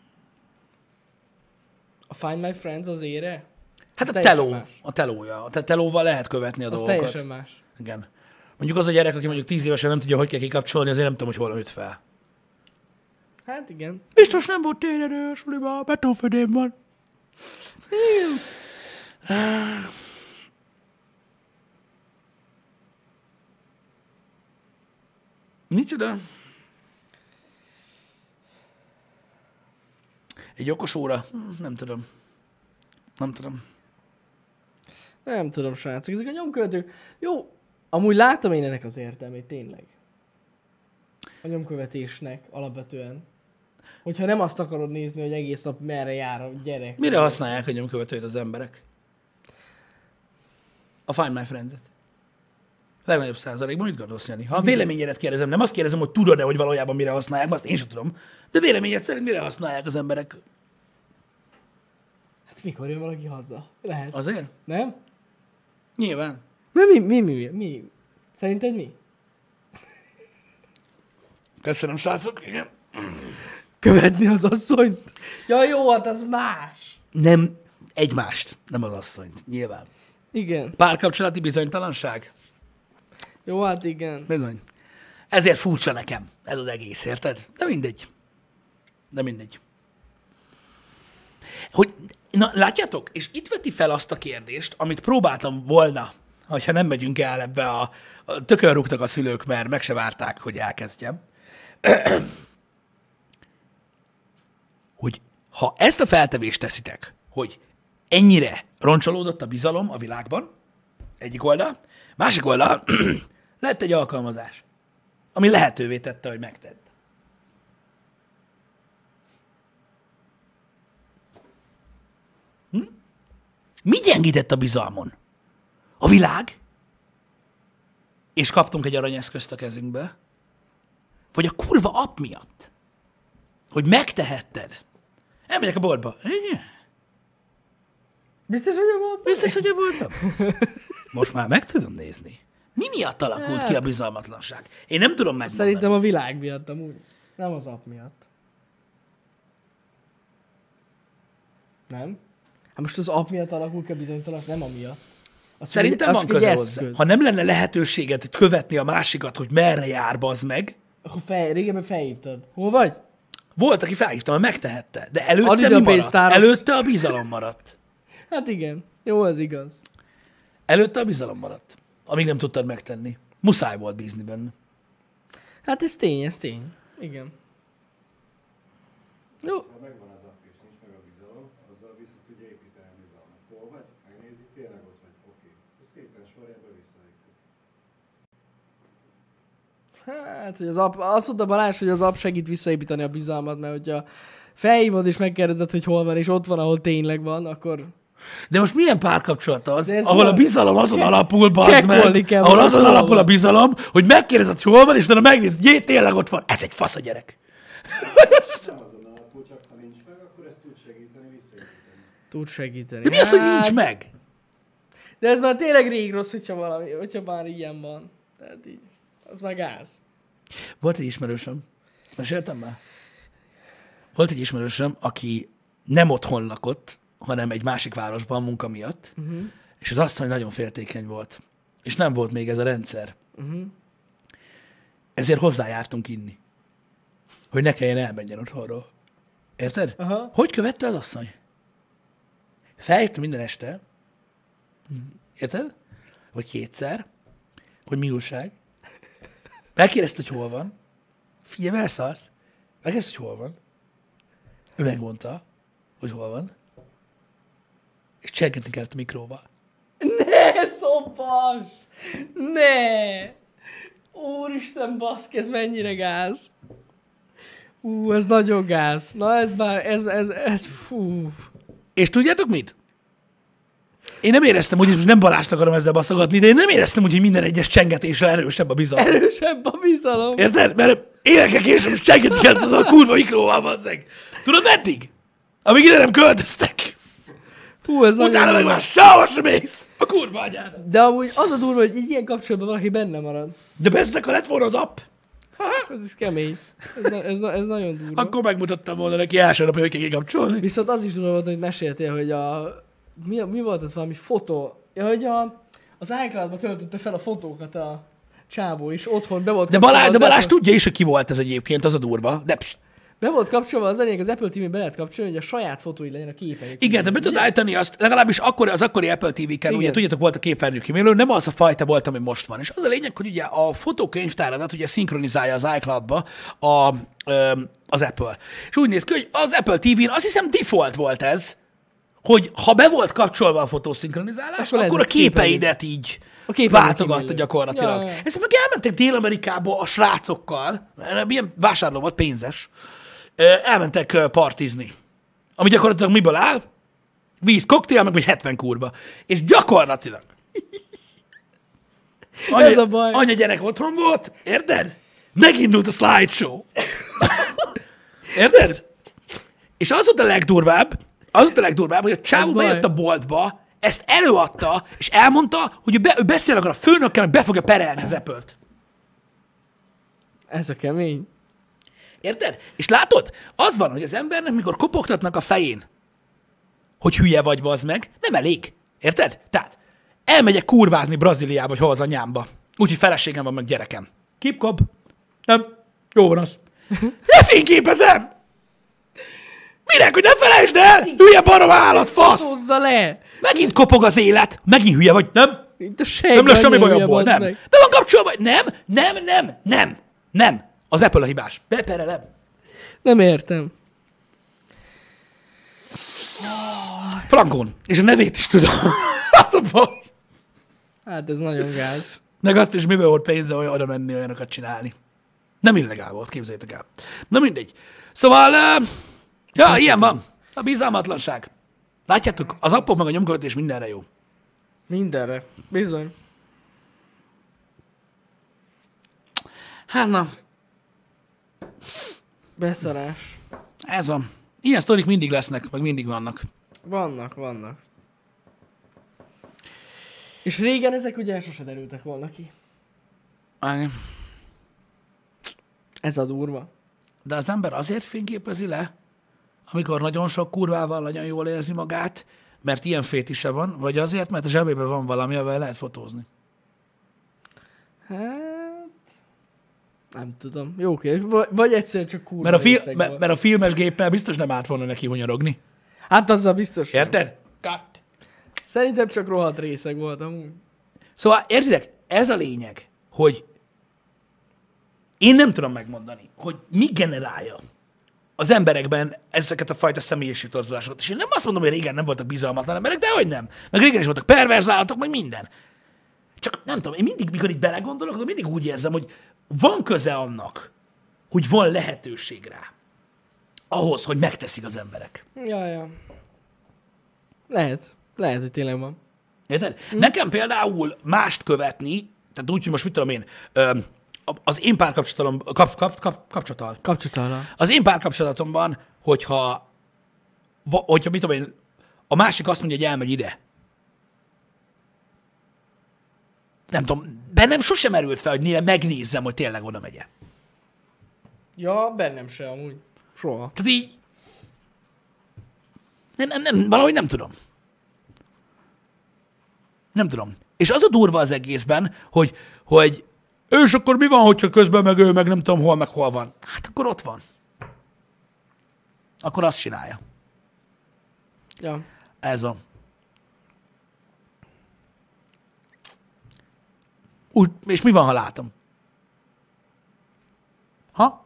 A Find My Friends az ére? Hát Az a teljesen teló, más. a telója. A te- telóval lehet követni a Az dolgokat. teljesen más. Igen. Mondjuk az a gyerek, aki mondjuk tíz évesen nem tudja, hogy kell kikapcsolni, azért nem tudom, hogy hol nőtt fel. Hát igen. Biztos nem volt tényerő a suliba, betófödém van. Micsoda? Egy okos óra? Nem tudom. Nem tudom. Nem tudom, srácok. Ezek a nyomkövetők. Jó, amúgy láttam én ennek az értelmét, tényleg. A nyomkövetésnek alapvetően. Hogyha nem azt akarod nézni, hogy egész nap merre jár a gyerek. Mire használják a nyomkövetőt az emberek? A Find My Friends-et. Legnagyobb százalékban mit gondolsz, Jani? Ha a véleményedet kérdezem, nem azt kérdezem, hogy tudod-e, hogy valójában mire használják, azt én sem tudom. De véleményed szerint mire használják az emberek? Hát mikor jön valaki haza? Lehet. Azért? Nem? Nyilván. Mi, mi, mi, mi, mi? Szerinted mi? Köszönöm, srácok. Igen. Követni az asszonyt? Ja jó, hát az más. Nem egymást, nem az asszonyt. Nyilván. Igen. Párkapcsolati bizonytalanság? Jó, hát igen. Bizony. Ezért furcsa nekem ez az egész, érted? De mindegy. De mindegy. Hogy, na látjátok? És itt veti fel azt a kérdést, amit próbáltam volna, hogyha nem megyünk el ebbe a, a tökön rúgtak a szülők, mert meg se várták, hogy elkezdjem. Hogy ha ezt a feltevést teszitek, hogy ennyire roncsolódott a bizalom a világban, egyik oldal, másik oldal, lett egy alkalmazás, ami lehetővé tette, hogy megtedd. Hm? Mi gyengített a bizalmon? A világ? És kaptunk egy aranyeszközt a kezünkbe? Vagy a kurva app miatt? Hogy megtehetted? Elmegyek a boltba. Biztos, hogy a boltban? Biztos, hogy a boltba? Most már meg tudom nézni. Mi miatt alakult ki a bizalmatlanság? Én nem tudom megmondani. Szerintem a világ miatt amúgy. Nem az app miatt. Nem? Hát most az app miatt alakul ki a bizonytalan, nem amiatt. Az Szerintem egy, van az köze egy hozzá. eszköz. Ha nem lenne lehetőséget követni a másikat, hogy merre jár, bazd meg, Akkor fel, régebben felhívtad. Hol vagy? volt, aki felhívta, mert megtehette. De előtte Add ide mi a maradt? pénztáros. Előtte a bizalom maradt. Hát igen. Jó, ez igaz. Előtte a bizalom maradt. Amíg nem tudtad megtenni. Muszáj volt bízni benne. Hát ez tény, ez tény. Igen. Jó. Ha megvan az app és nincs meg a bizalom, azzal viszont tudja építeni a bizalmat. Hol vagy? Megnézi, tényleg ott vagy. Oké. Okay. Szépen sorjában visszaépít. Hát, hogy az app, azt mondta Balázs, hogy az app segít visszaépíteni a bizalmat, mert hogyha felhívod és megkérdezed, hogy hol van, és ott van, ahol tényleg van, akkor... De most milyen párkapcsolat az, ahol hol? a bizalom azon alapul, bazd Csekkolni meg, kell, ahol hogy azon hol alapul van. a bizalom, hogy megkérdezed, hogy hol van, és utána megnézed, jé, tényleg ott van. Ez egy fasz a gyerek. Nem azon alapul, csak ha nincs meg, akkor ezt tud segíteni, visszaépíteni. Tud segíteni. De mi az, hogy Hát, nincs meg? De ez már tényleg rég rossz, hogyha, valami, hogyha már ilyen van. Tehát így, az már gáz. Volt egy ismerősöm, ezt meséltem már? Volt egy ismerősöm, aki nem otthon lakott, hanem egy másik városban munka miatt, uh-huh. és az asszony nagyon féltékeny volt. És nem volt még ez a rendszer. Uh-huh. Ezért hozzájártunk inni. Hogy ne kelljen elmenjen otthonról. Érted? Aha. Hogy követte az asszony? Felhívta minden este, érted? Vagy kétszer, hogy mi újság. Megkérdezte, hogy hol van. Figyelj, elszarsz. Megkérdezte, hogy hol van. Ő megmondta, hogy hol van. És csengetni kellett a mikróval. Ne, szopas! Ne! Úristen, baszki, ez mennyire gáz. Ú, ez nagyon gáz. Na ez már, ez, ez, ez, fú. És tudjátok mit? Én nem éreztem úgy, és most nem Balást akarom ezzel baszogatni, de én nem éreztem úgy, hogy minden egyes csengetésre erősebb a bizalom. Erősebb a bizalom. Érted? Mert évekkel később is csengetni kellett az a kurva mikróval, bazzeg. Tudod meddig? Amíg ide nem költöztek. Hú, ez nagyon Utána meg durva. már sehova sem mész. A kurva anyának. De amúgy az a durva, hogy így ilyen kapcsolatban valaki benne marad. De bezzek, ha lett volna az app, Ez is kemény. Ez, na, ez, na, ez nagyon durva. akkor megmutattam volna neki első napja, hogy kell kapcsolni. Viszont az is durva volt, hogy meséltél, hogy a... Mi, mi volt ez valami fotó? Ja, hogy a, az iCloud-ba töltötte fel a fotókat a csávó, és otthon be volt De kapcsolva Balázs, de az Balázs Apple- tudja is, hogy ki volt ez egyébként, az a durva. De psz, Be volt kapcsolva az enyém, az Apple té vén be lehet kapcsolni, hogy a saját fotói legyen a képernyők. Igen, de be tudod állítani azt, legalábbis akkor, az akkori Apple té véken, ugye tudjátok, volt a képernyő kimélő, nem az a fajta volt, ami most van. És az a lényeg, hogy ugye a fotókönyvtáradat ugye szinkronizálja az iCloud-ba a, az Apple. És úgy néz ki, hogy az Apple té vén azt hiszem default volt ez, hogy ha be volt kapcsolva a fotószinkronizálás, akkor, akkor a képeidet így váltogatta gyakorlatilag. Ja, ja. Ezt meg elmentek Dél-Amerikába a srácokkal, ilyen vásárló volt, pénzes, elmentek partizni. Ami gyakorlatilag miből áll? Víz, koktél, meg vagy hetven kurva. És gyakorlatilag anya, ez a baj. Anya gyerek otthon volt, érted? Megindult a slideshow. Érted? És az volt a legdurvább, az volt a legdurvább, hogy a csávó bejött a boltba, ezt előadta, és elmondta, hogy ő, be, ő beszél akar a főnökkel, hogy be fogja perelni az Apple-t. Ez a kemény. Érted? És látod? Az van, hogy az embernek, mikor kopogtatnak a fején, hogy hülye vagy, bazd meg, nem elég. Érted? Tehát elmegyek kurvázni Brazíliába, vagy hol az anyámba. Úgyhogy feleségem van, meg gyerekem. Kipkop? Nem. Jó van az. Lefényképezem! Minek, hogy ne felejtsd el! Hülye barom állat, fasz! Hozza le! Megint kopog az élet. Megint hülye vagy, nem? Mint a sejt. Nem lesz semmi bajomból, nem. Meg. Be van kapcsolva, nem, nem, nem, nem, nem. Az Apple a hibás. Beperelem. Nem értem. Frankon. És a nevét is tudom. Az a baj. Hát ez nagyon gáz. Meg azt is, miből volt pénze olyan oda menni, olyanokat csinálni. Nem illegál volt, képzeljétek el. Na mindegy. Szóval, uh, ja, hát ilyen van. A bizalmatlanság. Látjátok, az appok meg a nyomkövetés mindenre jó. Mindenre. Bizony. Hát na. Beszarás. Ez van. Ilyen sztorik mindig lesznek, meg mindig vannak. Vannak, vannak. És régen ezek ugye sose derültek volna ki. Igen. Ez a durva. De az ember azért fényképezi le, amikor nagyon sok kurvával nagyon jól érzi magát, mert ilyen fétise van, vagy azért, mert a zsebében van valami, amivel lehet fotózni. Hát... Nem tudom. Jó, oké. Vagy, vagy egyszerűen csak kurva mert a, fi- mert, mert a filmes géppel biztos nem állt volna neki hunyorogni. Hát azzal biztos. Érted? Cut. Szerintem csak rohadt részeg volt amúgy. Szóval értitek, ez a lényeg, hogy én nem tudom megmondani, hogy mi generálja az emberekben ezeket a fajta személyiségi torzulásokat. És én nem azt mondom, hogy régen nem voltak bizalmatlan emberek, de hogy nem. Meg régen is voltak perverz állatok, meg minden. Csak nem tudom, én mindig, mikor itt belegondolok, akkor mindig úgy érzem, hogy van köze annak, hogy van lehetőség rá. Ahhoz, hogy megteszik az emberek. Ja, ja. Lehet. Lehet, hogy tényleg van. Érted? Hm. Nekem például mást követni, tehát úgy, hogy most mit tudom én, az én párkapcsolatom, kap, kap, kap, kapcsolatal. Kapcsolatalra. Az én párkapcsolatomban, hogyha, hogyha mit tudom én, a másik azt mondja, hogy elmegy ide. Nem tudom, bennem sosem merült fel, hogy néha megnézzem, hogy tényleg oda megye. Ja, bennem se amúgy. Soha. Tehát így, nem, nem, nem, valahogy nem tudom. Nem tudom. És az a durva az egészben, hogy, hogy és akkor mi van, hogyha közben meg ő, meg nem tudom hol, meg hol van. Hát akkor ott van. Akkor azt csinálja. Ja. Ez van. Úgy, és mi van, ha látom? Ha?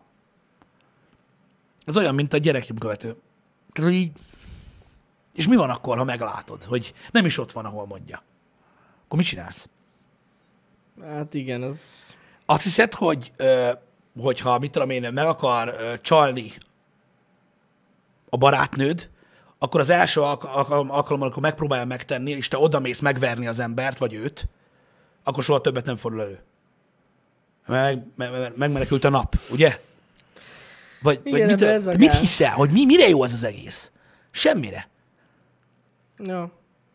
Ez olyan, mint a gyereknyomkövető. Tehát, hogy így... És mi van akkor, ha meglátod, hogy nem is ott van, ahol mondja? Akkor mit csinálsz? Hát igen, az... Azt hiszed, hogy ö, hogyha, mit tudom én, meg akar ö, csalni a barátnőd, akkor az első alkalommal, amikor megpróbálja megtenni, és te odamész megverni az embert, vagy őt, akkor soha többet nem fordul elő. Meg, meg, meg, megmenekült a nap, ugye? Vagy, igen, vagy mit, ez a mit hiszel, hogy mi, mire jó az az egész? Semmire. Ja.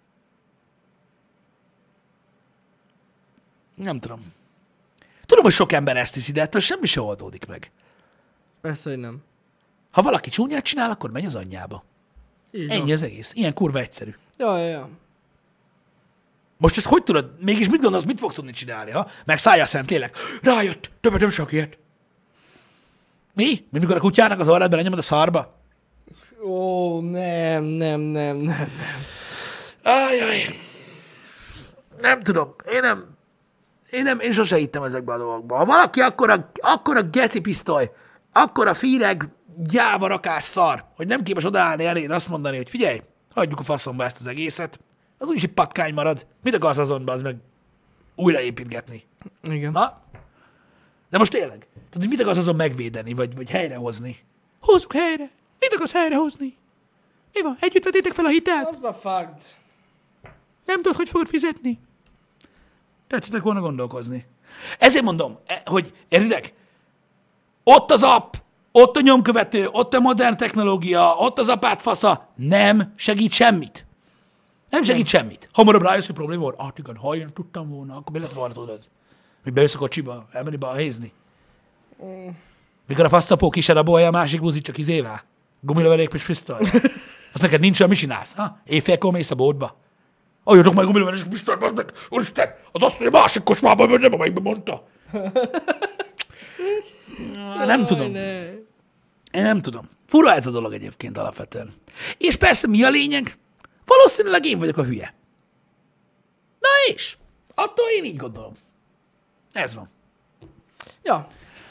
Nem tudom. Tudom, hogy sok ember ezt hiszi, de ettől semmi se oldódik meg. Persze, hogy nem. Ha valaki csúnyát csinál, akkor menj az anyjába. Így Ennyi van. az egész. Ilyen kurva egyszerű. Ja, ja, ja. Most ezt hogy tudod, mégis mit gondolsz, mit fogsz tudni csinálni, ha? Meg szállja a szent lélek. Rájött, többet nem csak ilyet. Mi? Mint mikor a kutyának az orrát belenyomod a szarba? Ó, nem, nem, nem, nem, nem. Ajaj. Nem tudom. Én nem... Én nem, én sose hittem ezekbe a dolgokba. Ha valaki akkora, akkora geci pisztoly, akkora fíreg, gyáva rakás szar, hogy nem képes odaállni eléd azt mondani, hogy figyelj, hagyjuk a faszomba ezt az egészet, az úgyis egy patkány marad. Mit akarsz azon, az meg újraépítgetni? Igen. Ha? De most tényleg, tehát hogy mit akarsz azon megvédeni, vagy, vagy helyrehozni? Hozzuk helyre. Mit akarsz helyrehozni? Mi van? Együtt vetétek fel a hitelt? Az már fagd. Nem tudod, hogy fogod fizetni? Tetszettek volna gondolkozni. Ezért mondom, e- hogy értitek? Ott az app, ott a nyomkövető, ott a modern technológia, ott az apát fasza, nem segít semmit. Nem segít nem. semmit. Hamarabb rájössz, hogy probléma volt. Ah, igen, ha én tudtam volna, akkor mi lett volna, tudod? Hogy bejössz a kocsiba, elmenni be a hézni. Mm. Mikor a faszapó kiserabolja a másik buzit csak izével. Gumilövelék és pisztoly. Azt neked nincs olyan, mit csinálsz? Ha? Éjfélkor mész a boltba. Adjatok meg gumilövelék és pisztoly, bazd meg! Úristen, az azt, hogy a másik kocsmában, mert nem amelyikben mondta. Nem tudom. Én nem tudom. Fura ez a dolog egyébként alapvetően. És persze mi a lényeg? Valószínűleg én vagyok a hülye. Na és? Attól én így gondolom. Ez van. Ja.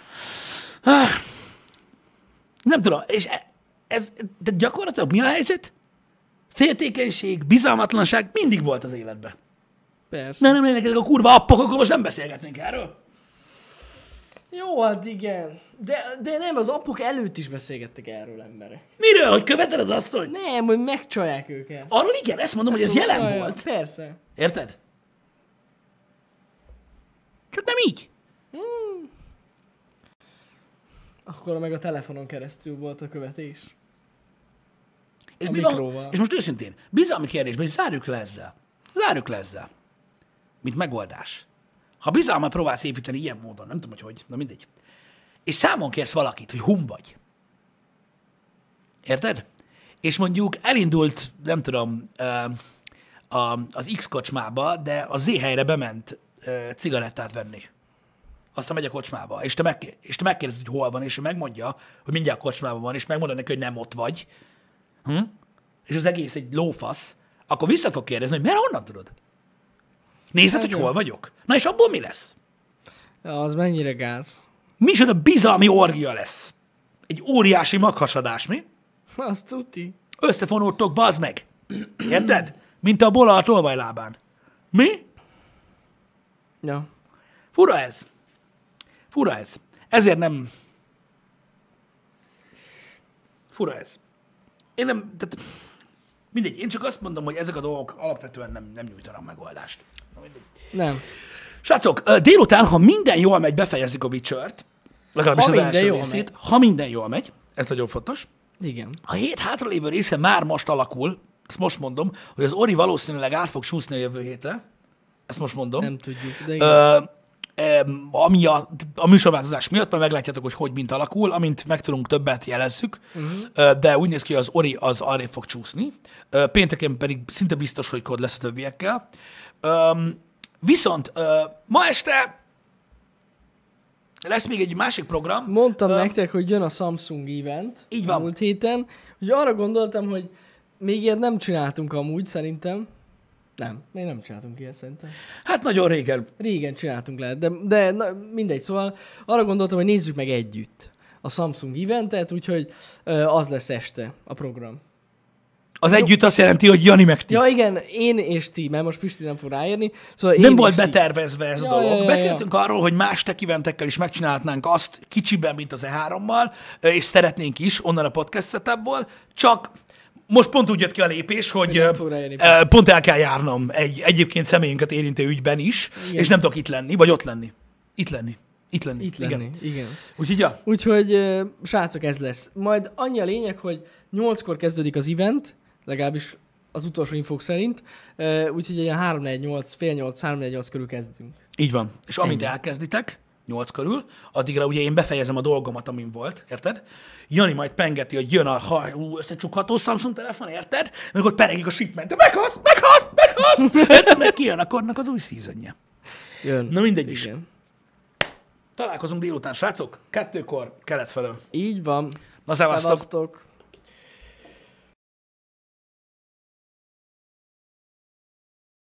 Nem tudom. És ez, de gyakorlatilag mi a helyzet? Féltékenység, bizalmatlanság mindig volt az életben. Persze. Na nem lennének ezek a kurva appok, akkor most nem beszélgetnénk erről. Jó, hát igen. De, de nem, az apok előtt is beszélgettek erről emberek. Miről? Hogy követed az asszonyt? Nem, hogy megcsalják őket. Arról igen, ezt mondom, hogy ez jelen Jaj, volt. Persze. Érted? Csak nem így. Hmm. Akkor meg a telefonon keresztül volt a követés. És, A mi van, mikróval. és most őszintén, bizalmi kérdésben, és zárjuk le ezzel. Zárjuk le ezzel. Mint megoldás. Ha bizalmat próbálsz építeni ilyen módon, nem tudom, hogy hogy, na mindegy. És számon kérsz valakit, hogy hum vagy. Érted? És mondjuk elindult, nem tudom, az X kocsmába, de a Z helyre bement cigarettát venni. Aztán megy a kocsmába, és te, meg, és te megkérdezed, hogy hol van, és ő megmondja, hogy mindjárt a kocsmában van, és megmondod neki, hogy nem ott vagy, hm? És az egész egy lófasz, akkor vissza fog kérdezni, hogy mert honnan tudod? Nézed, hogy hol vagyok? Na és abból mi lesz? Ja, az mennyire gáz. Micsoda bizalmi orgia lesz. Egy óriási maghasadás, mi? Azt tuti. Összefonódtok, bazd meg. Érted? Mint a bola a tolvajlábán. Mi? Ja. Fura ez. Fura ez. Ezért nem... Fura ez. Én nem... Tehát... Mindegy, én csak azt mondom, hogy ezek a dolgok alapvetően nem, nem nyújtanak megoldást. Na, Nem. Srácok, délután, ha minden jól megy, befejezzük a Witcher-t, legalábbis Ha az minden első jól részét. megy. Ha minden jól megy, ez nagyon fontos. Igen. A hét hátralévő része már most alakul, ezt most mondom, hogy az Ori valószínűleg át fog súszni a jövő hétre. Ezt most mondom. Nem tudjuk, de igen. Ö, ami a, a műsorváltozás miatt, majd meglátjátok, hogy hogy mint alakul, amint megtudunk többet, jelezzük, uh-huh. De úgy néz ki, hogy az Ori az arrébb fog csúszni. Pénteken pedig szinte biztos, hogy kód lesz a többiekkel. Viszont ma este lesz még egy másik program. Mondtam Ö, nektek, hogy jön a Samsung event. Így van. Múlt héten. Úgyhogy arra gondoltam, hogy még ilyet nem csináltunk amúgy, szerintem. Nem, még nem csináltunk ilyet szerintem. Hát nagyon régen. Régen csináltunk lehet, de, de na, mindegy, szóval arra gondoltam, hogy nézzük meg együtt a Samsung eventet, úgyhogy ö, az lesz este a program. Az együtt azt jelenti, hogy Jani meg ti. Ja igen, én és ti, mert most Pisti nem fog ráérni. Szóval Nem én volt és ti. betervezve ez Ja, a dolog. ja, ja, ja. Beszéltünk arról, hogy más tech eventekkel is megcsinálhatnánk azt kicsiben, mint az E hárommal, és szeretnénk is onnan a podcast setupból, csak most pont úgy jött ki a lépés, hogy nem fog ráérni. ö, pont el kell járnom egy egyébként személyünket érintő ügyben is, Igen. és nem tudok itt lenni, vagy ott lenni. Itt lenni. Itt lenni. Itt Igen. lenni, igen. Úgyhogy ja. Úgyhogy ö, srácok, ez lesz. Majd annyi a lényeg, hogy nyolckor kezdődik az event, legalábbis az utolsó infók szerint, ö, úgyhogy ilyen három negyvennyolc, fél nyolc, három negyvennyolc körül kezdünk. Így van. És amint Ennyi. elkezditek, nyolc körül, addigra ugye én befejezem a dolgomat, amin volt, érted? Jani majd pengeti, hogy jön a ha, ú, összecsukható Samsung telefon, érted? Meg ott peregik a shipment, meghasz, meghasz, meghasz! Érted? Meg kijön a kornak az új szezonja. Jön. Na mindegy is. Igen. Találkozunk délután, srácok, kettőkor, kelet felől. Így van. Na, szevasztok! Szevasztok.